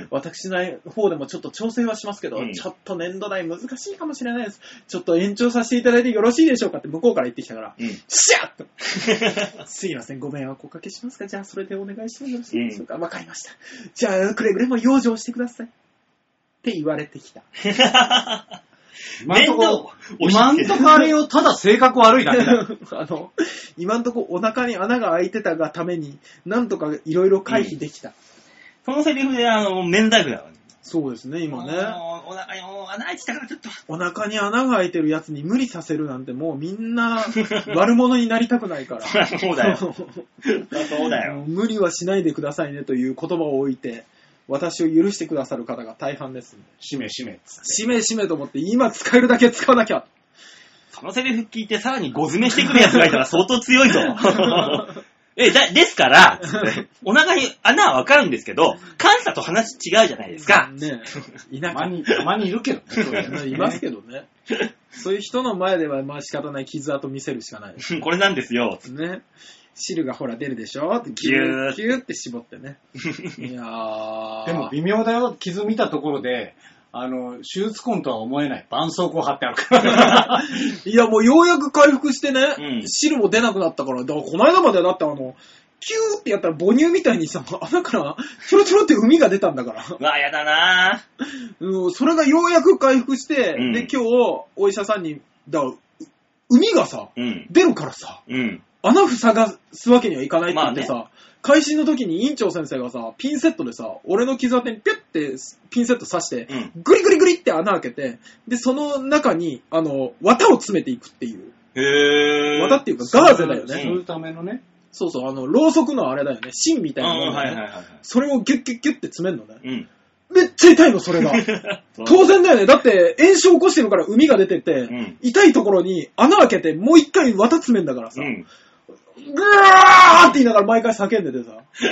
私の方でもちょっと調整はしますけど、ちょっと年度内難しいかもしれないです。ちょっと延長させていただいてよろしいでしょうかって向こうから言ってきたから、シャッとすいません、ご迷惑おかけしますか。じゃあそれでお願いしてもよろしいでしょうか。わかりました。じゃあくれぐれも養生してくださいって言われてきた。 今んとこあれよ、ただ性格悪いだけだよ。 今んとこお腹に穴が開いてたがために、なんとかいろいろ回避できた。 そのセリフで免罪符だからね。 そうですね、今ね。 お腹に穴開いてたからちょっと。 お腹に穴が開いてるやつに無理させるなんてもうみんな悪者になりたくないから。 そうだよ。そうだよ。 無理はしないでくださいねという言葉を置いて、私を許してくださる方が大半です、ね。 しめしめと思って今使えるだけ使わなきゃ。 そのセリフ聞いてさらにゴ詰めしてくるやつがいたら相当強いぞ。ですから、お腹に穴はわかるんですけど、監査と話違うじゃないですか。 ねたまにいるけどね。 いますけどね。そういう人の前ではまあ仕方ない傷跡見せるしかない。 これなんですよ。 ね。汁がほら出るでしょってギューって絞ってね。いやー。 でも微妙だよ。傷見たところで、手術痕とは思えない。絆創膏貼ってあるから。 いや、もうようやく回復してね、汁も出なくなったから、だからこの間までだってキューってやったら母乳みたいにさ、穴からちょろちょろって海が出たんだから。 うわ、やだなぁ。それがようやく回復して、で、今日、お医者さんに、海がさ、出るからさ、穴塞がすわけにはいかないって言ってさ、開診の時に院長先生がさ、ピンセットでさ、俺の傷跡にピュッてピンセット刺して、グリグリグリって穴開けて、で、その中に、綿を詰めていくっていう。綿っていうかガーゼだよね。 そういうためのね。 そうそう、ろうそくのあれだよね。芯みたいなのがね。それをギュッギュッギュッって詰めるのね。めっちゃ痛いの、それが。当然だよね。だって、炎症起こしてるから海が出てて、痛いところに穴開けて、もう一回綿詰めんだからさ。ぐーって言いながら毎回叫んでてさ。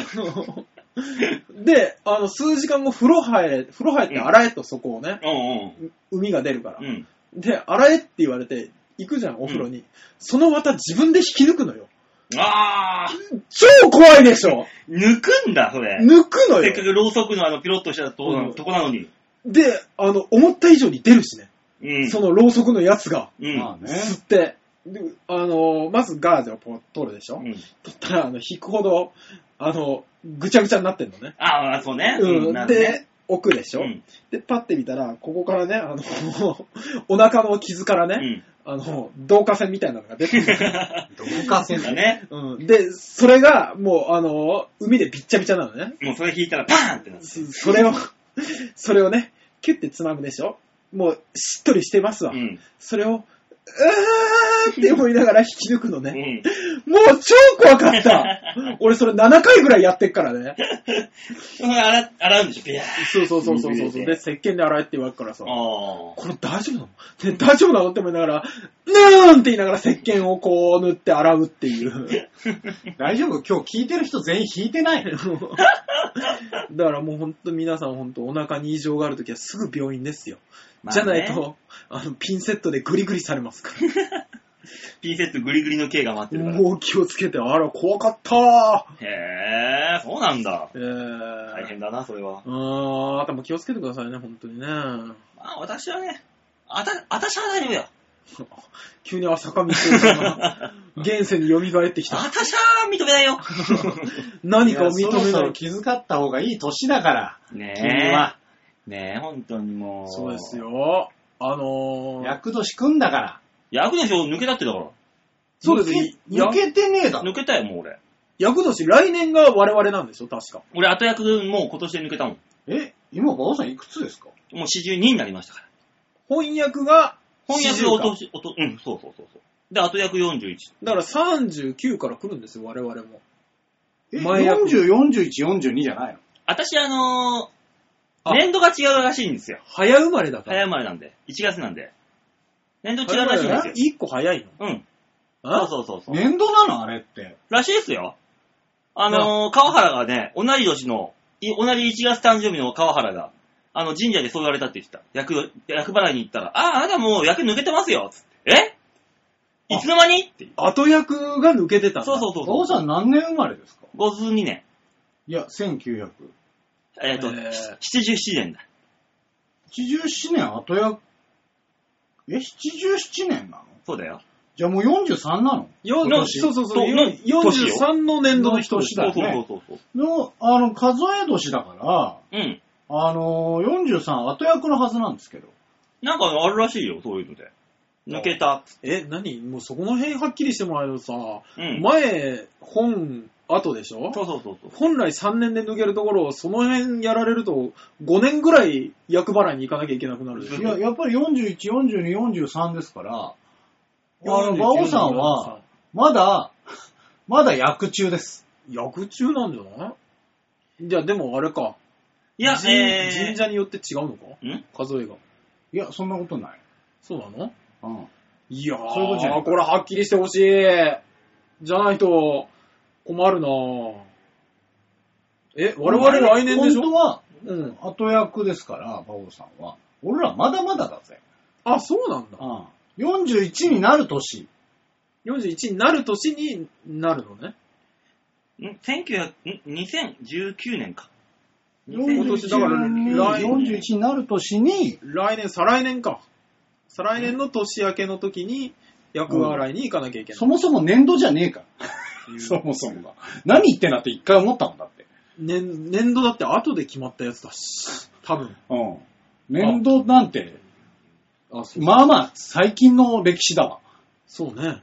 で、数時間後風呂入って洗えと、そこをね。海が出るから。で、洗えって言われて、行くじゃん、お風呂に。その綿自分で引き抜くのよ。超怖いでしょ。 抜くんだ、それ。 抜くのよ。 結局、ろうそくのピロッとしたとこなのに。 で、思った以上に出るしね。そのろうそくのやつが。吸って。でまずガーゼを取るでしょ。取ったら、引くほど、ぐちゃぐちゃになってんのね。 そうね。 で、置くでしょ。で、パッて見たら、ここからね、お腹の傷からね、導火線みたいなのが出てる。 導火線だね。 で、それが、もう、海でびっちゃびちゃなのね。 もうそれ引いたらパーンってなって。 それをね、キュッてつまむでしょ。もう、しっとりしてますわ。それを、って思いながら引き抜くのね。もう超怖かった。俺それ7回ぐらいやってっからね。 洗うんでしょ、ビャー。 そう。で、石鹸で洗えって言われるからさ。これ大丈夫なの？ね、大丈夫なのって思いながら、って言いながら石鹸をこう塗って洗うっていう。 大丈夫？今日聞いてる人全員引いてない。 だからもうほんと皆さんほんとお腹に異常があるときはすぐ病院ですよ。 じゃないと、ピンセットでグリグリされますから。 ピンセットグリグリの刑が待ってるから。 もう気をつけて、あら、怖かったー。 へー、そうなんだ。大変だな、それは。 頭気をつけてくださいね、本当にね。まあ、私はね、私は大丈夫よ。 急に坂道が現世に蘇ってきた。 私は認めないよ。 何かを認めない。そろそろ気遣った方がいい年だから。 ねえ。ねえ、本当にもう。 そうですよ。 厄年来んだから。 厄年抜けたってだから。 そうです。 抜けてねえだろ。 抜けたよ、もう俺。 厄年、来年が我々なんでしょ、確か。 俺、後役もう今年で抜けたもん。 今、馬王さんいくつですか？ もう42になりましたから。 翻訳が、 そう。で、後役41。 だから39から来るんですよ、我々も。 40、41、42じゃないの？ 私、年度が違うらしいんですよ。 早生まれだから。 早生まれなんで。1月なんで。年度違うらしいんですよ。 1個早いの？ うん。そう。 年度なのあれって。 らしいですよ。川原がね、同じ1月誕生日の川原が、神社でそう言われたって言ってた。厄払いに行ったら、あなたもう厄抜けてますよ。つって。いつの間にって。 後役が抜けてたんだ。 そう。 馬王さん何年生まれですか ？52年。 いや、1900。 77年だ。 77年後役、77年なの？ そうだよ。 じゃあもう43なの？ そう。43の年度の人だよね。の、数え年だから、43後役のはずなんですけど。 なんかあるらしいよ、そういうので。抜けた。 何？もうそこの辺はっきりしてもらえるとさ、前、後でしょ？ そう。 本来3年で抜けるところをその辺やられると5年ぐらい厄払いに行かなきゃいけなくなるでしょ。 いや、やっぱり41、42、43ですから、馬王さんは、まだ役中です。 役中なんじゃない？じゃあでもあれか。いや、神社によって違うのか？数えが。 いや、そんなことない。 そうなの？ うん。 いやー、これはっきりしてほしい。じゃないと困るなぁ。我々来年でしょ？ 本当は、後役ですから、馬王さんは。俺らまだまだだぜ。 あ、そうなんだ。 41になる年。 41になる年になるのね。 2019年か。 今年だから 41になる年に、 再来年か。再来年の年明けの時に、厄払いに行かなきゃいけない。 そもそも年度じゃねえか。そもそもが。何言ってんだって一回思ったもんだって。 年度だって後で決まったやつだし。多分。 年度なんて、まあまあ最近の歴史だわ。 そうね。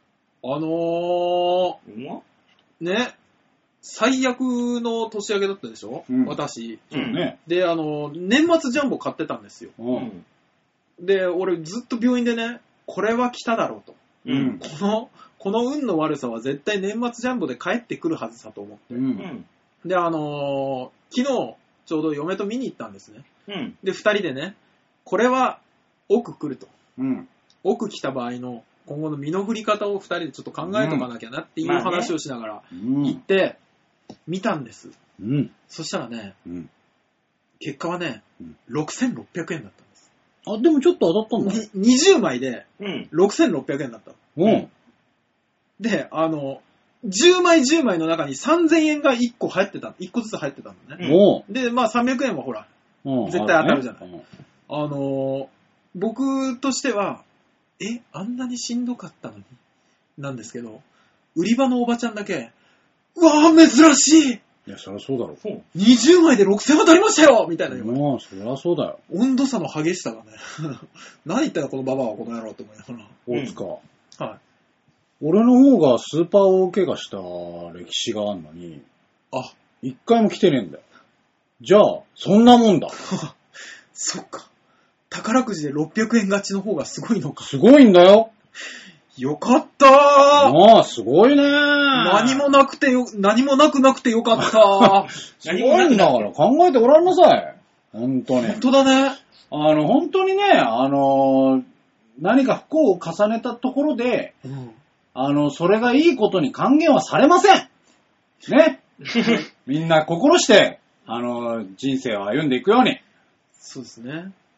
ね。最悪の年明けだったでしょ？私。 ね。 で、年末ジャンボ買ってたんですよ。で、俺ずっと病院でね、これは来ただろうと。この運の悪さは絶対年末ジャンボで帰ってくるはずだと思って。で、昨日、ちょうど嫁と見に行ったんですね。で、二人でね、これは奥来ると。奥来た場合の今後の身の振り方を二人でちょっと考えとかなきゃなっていう話をしながら行って、見たんです。そしたらね、結果はね、6600円だったんです。 あ、でもちょっと当たったんだ。 20枚で6600円だった。で、10枚10枚の中に3000円が1個入ってた。1個ずつ入ってたのね。で、まあ300円はほら、絶対当たるじゃない。僕としては、あんなにしんどかったのに、なんですけど、売り場のおばちゃんだけ、うわぁ、珍しい！ いや、そりゃそうだろ。 20枚で6000当たりましたよみたいな言われて。 もう、そりゃそうだよ。 温度差の激しさがね、何言ったのこのババアはこの野郎って思いながら。 大塚。 はい。 俺の方がスーパー大怪我した歴史があるのに、一回も来てねえんだよ。じゃあ、そんなもんだ。 そっか。宝くじで600円勝ちの方がすごいのか。 すごいんだよ。 よかったー。 すごいねー。 何もなくてよかったー。 すごいんだから考えてごらんなさい。本当に。 本当だね。 本当にね、何か不幸を重ねたところで、それがいいことに還元はされません。ね。みんな心して、人生を歩んでいくように。 そうですね。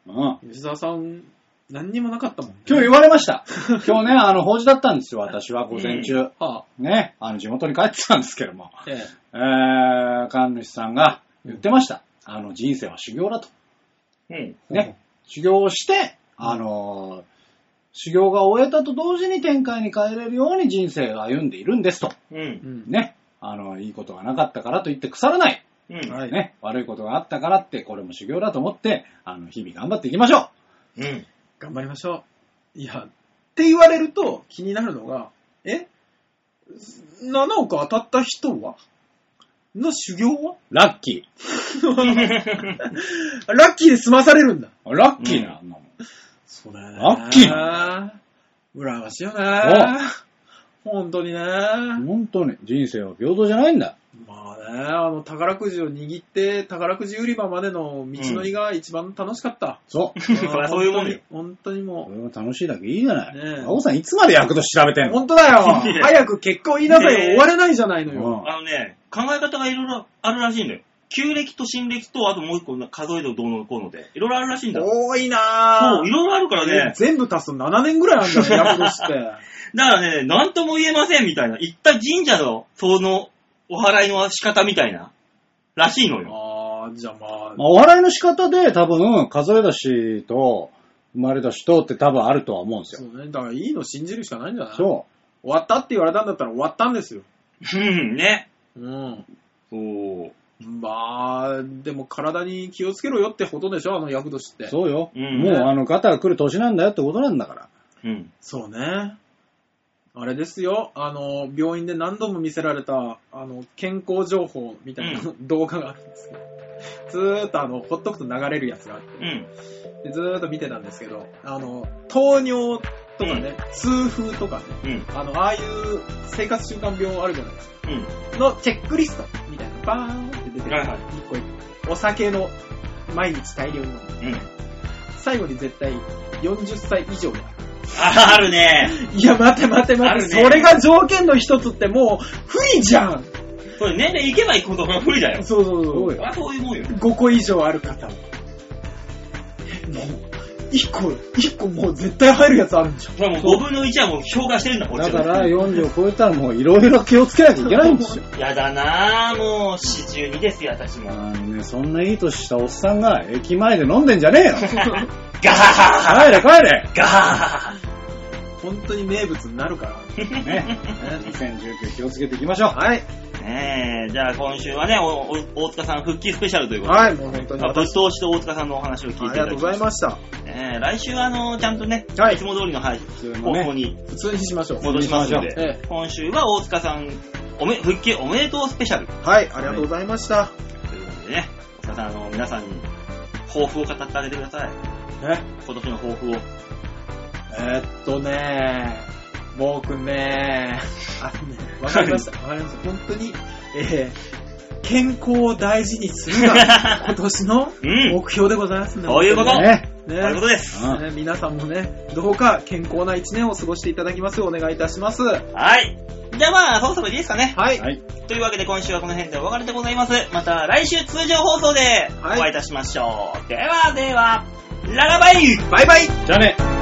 吉沢さん、何にもなかったもん、ね。 今日言われました。今日ね、法事だったんですよ、私は午前中。ね、地元に帰ってたんですけども。神主さんが言ってました。人生は修行だと。ね、修行をして、修行が終えたと同時に天界に帰れるように人生を歩んでいるんですと。ね、いいことがなかったからといって腐らない。ね、悪いことがあったからって、これも修行だと思って、日々頑張っていきましょう。 頑張りましょう。いや、って言われると気になるのが、7億当たった人はの修行はラッキー。ラッキーで済まされるんだ。 ラッキーな、 そうね。 ラッキーな。 羨ましいよね。本当にね。 本当に。人生は平等じゃないんだ。 まあね、宝くじを握って、宝くじ売り場までの道のりが一番楽しかった。 そう。そりゃそういうもんよ。 本当にもう。 これも楽しいだけいいじゃない。青さんいつまで役年調べてんの？ 本当だよ。早く結果を言いなさいよ。終われないじゃないのよ。 考え方がいろいろあるらしいんだよ。旧暦と新暦と、あともう一個数えるどうのこうので、いろいろあるらしいんだよ。 多いなぁ。 そう、いろいろあるからね。 全部足すと7年ぐらいあるんだよ、役年って。 だからね、なんとも言えませんみたいな。一体神社の、その、お祓いの仕方みたいな、らしいのよ。 じゃあまあ。 お祓いの仕方で多分、数え年と、生まれ年とって多分あるとは思うんですよ。 そうね。だからいいの信じるしかないんじゃない？ そう。 終わったって言われたんだったら終わったんですよ。 ね。 そう。まあ、でも体に気をつけろよってことでしょ、役年って。 そうよ。もうガタが来る年なんだよってことなんだから。 そうね。あれですよ、病院で何度も見せられた、健康情報みたいな動画があるんですけど、ずーっとほっとくと流れるやつがあって、でずーっと見てたんですけど、糖尿とかね、痛風とかね、ああいう生活習慣病あるじゃないですか。のチェックリストみたいな、バーンって出てくる。一個一個。お酒の毎日大量に飲む。最後に絶対40歳以上であるね。 いや、待て、それが条件の一つってもう不利じゃん。 それ年齢いけばいくほど不利だよ。 そう。 そういうもんよ。 5個以上ある方は。もう、1個もう絶対入るやつあるんじゃん。 それもう5分の1はもう評価してるんだ、こっちだから40を超えたらもういろいろ気をつけなきゃいけないんですよ。 やだなぁ、もう42ですよ、私も。 そんないい年したおっさんが駅前で飲んでんじゃねえよ。 ガハ帰れガハ本当に名物になるから。 ね。2019気をつけていきましょう。 はい。 じゃあ今週はね、大塚さん復帰スペシャルということで。 はい、もう本当に。 ぶっ通して大塚さんのお話を聞いていただきました。 ありがとうございました。 来週はちゃんとね、いつも通りの方向に普通にしましょう。 戻しますので、今週は大塚さん復帰おめでとうスペシャル。 はい、ありがとうございました。 ということでね、大塚さん皆さんに抱負を語ってあげてください。今年の抱負を。 僕ね、わかりました。本当に、健康を大事にするが、今年の目標でございますね。 そういうこと。そういうことです。 皆さんもね、どうか健康な一年を過ごしていただきますようお願いいたします。 はい。じゃあそろそろいいですかね。 はい。 というわけで今週はこの辺でお別れでございます。また来週通常放送でお会いいたしましょう。では、ララバイ！ バイバイ！ じゃあね。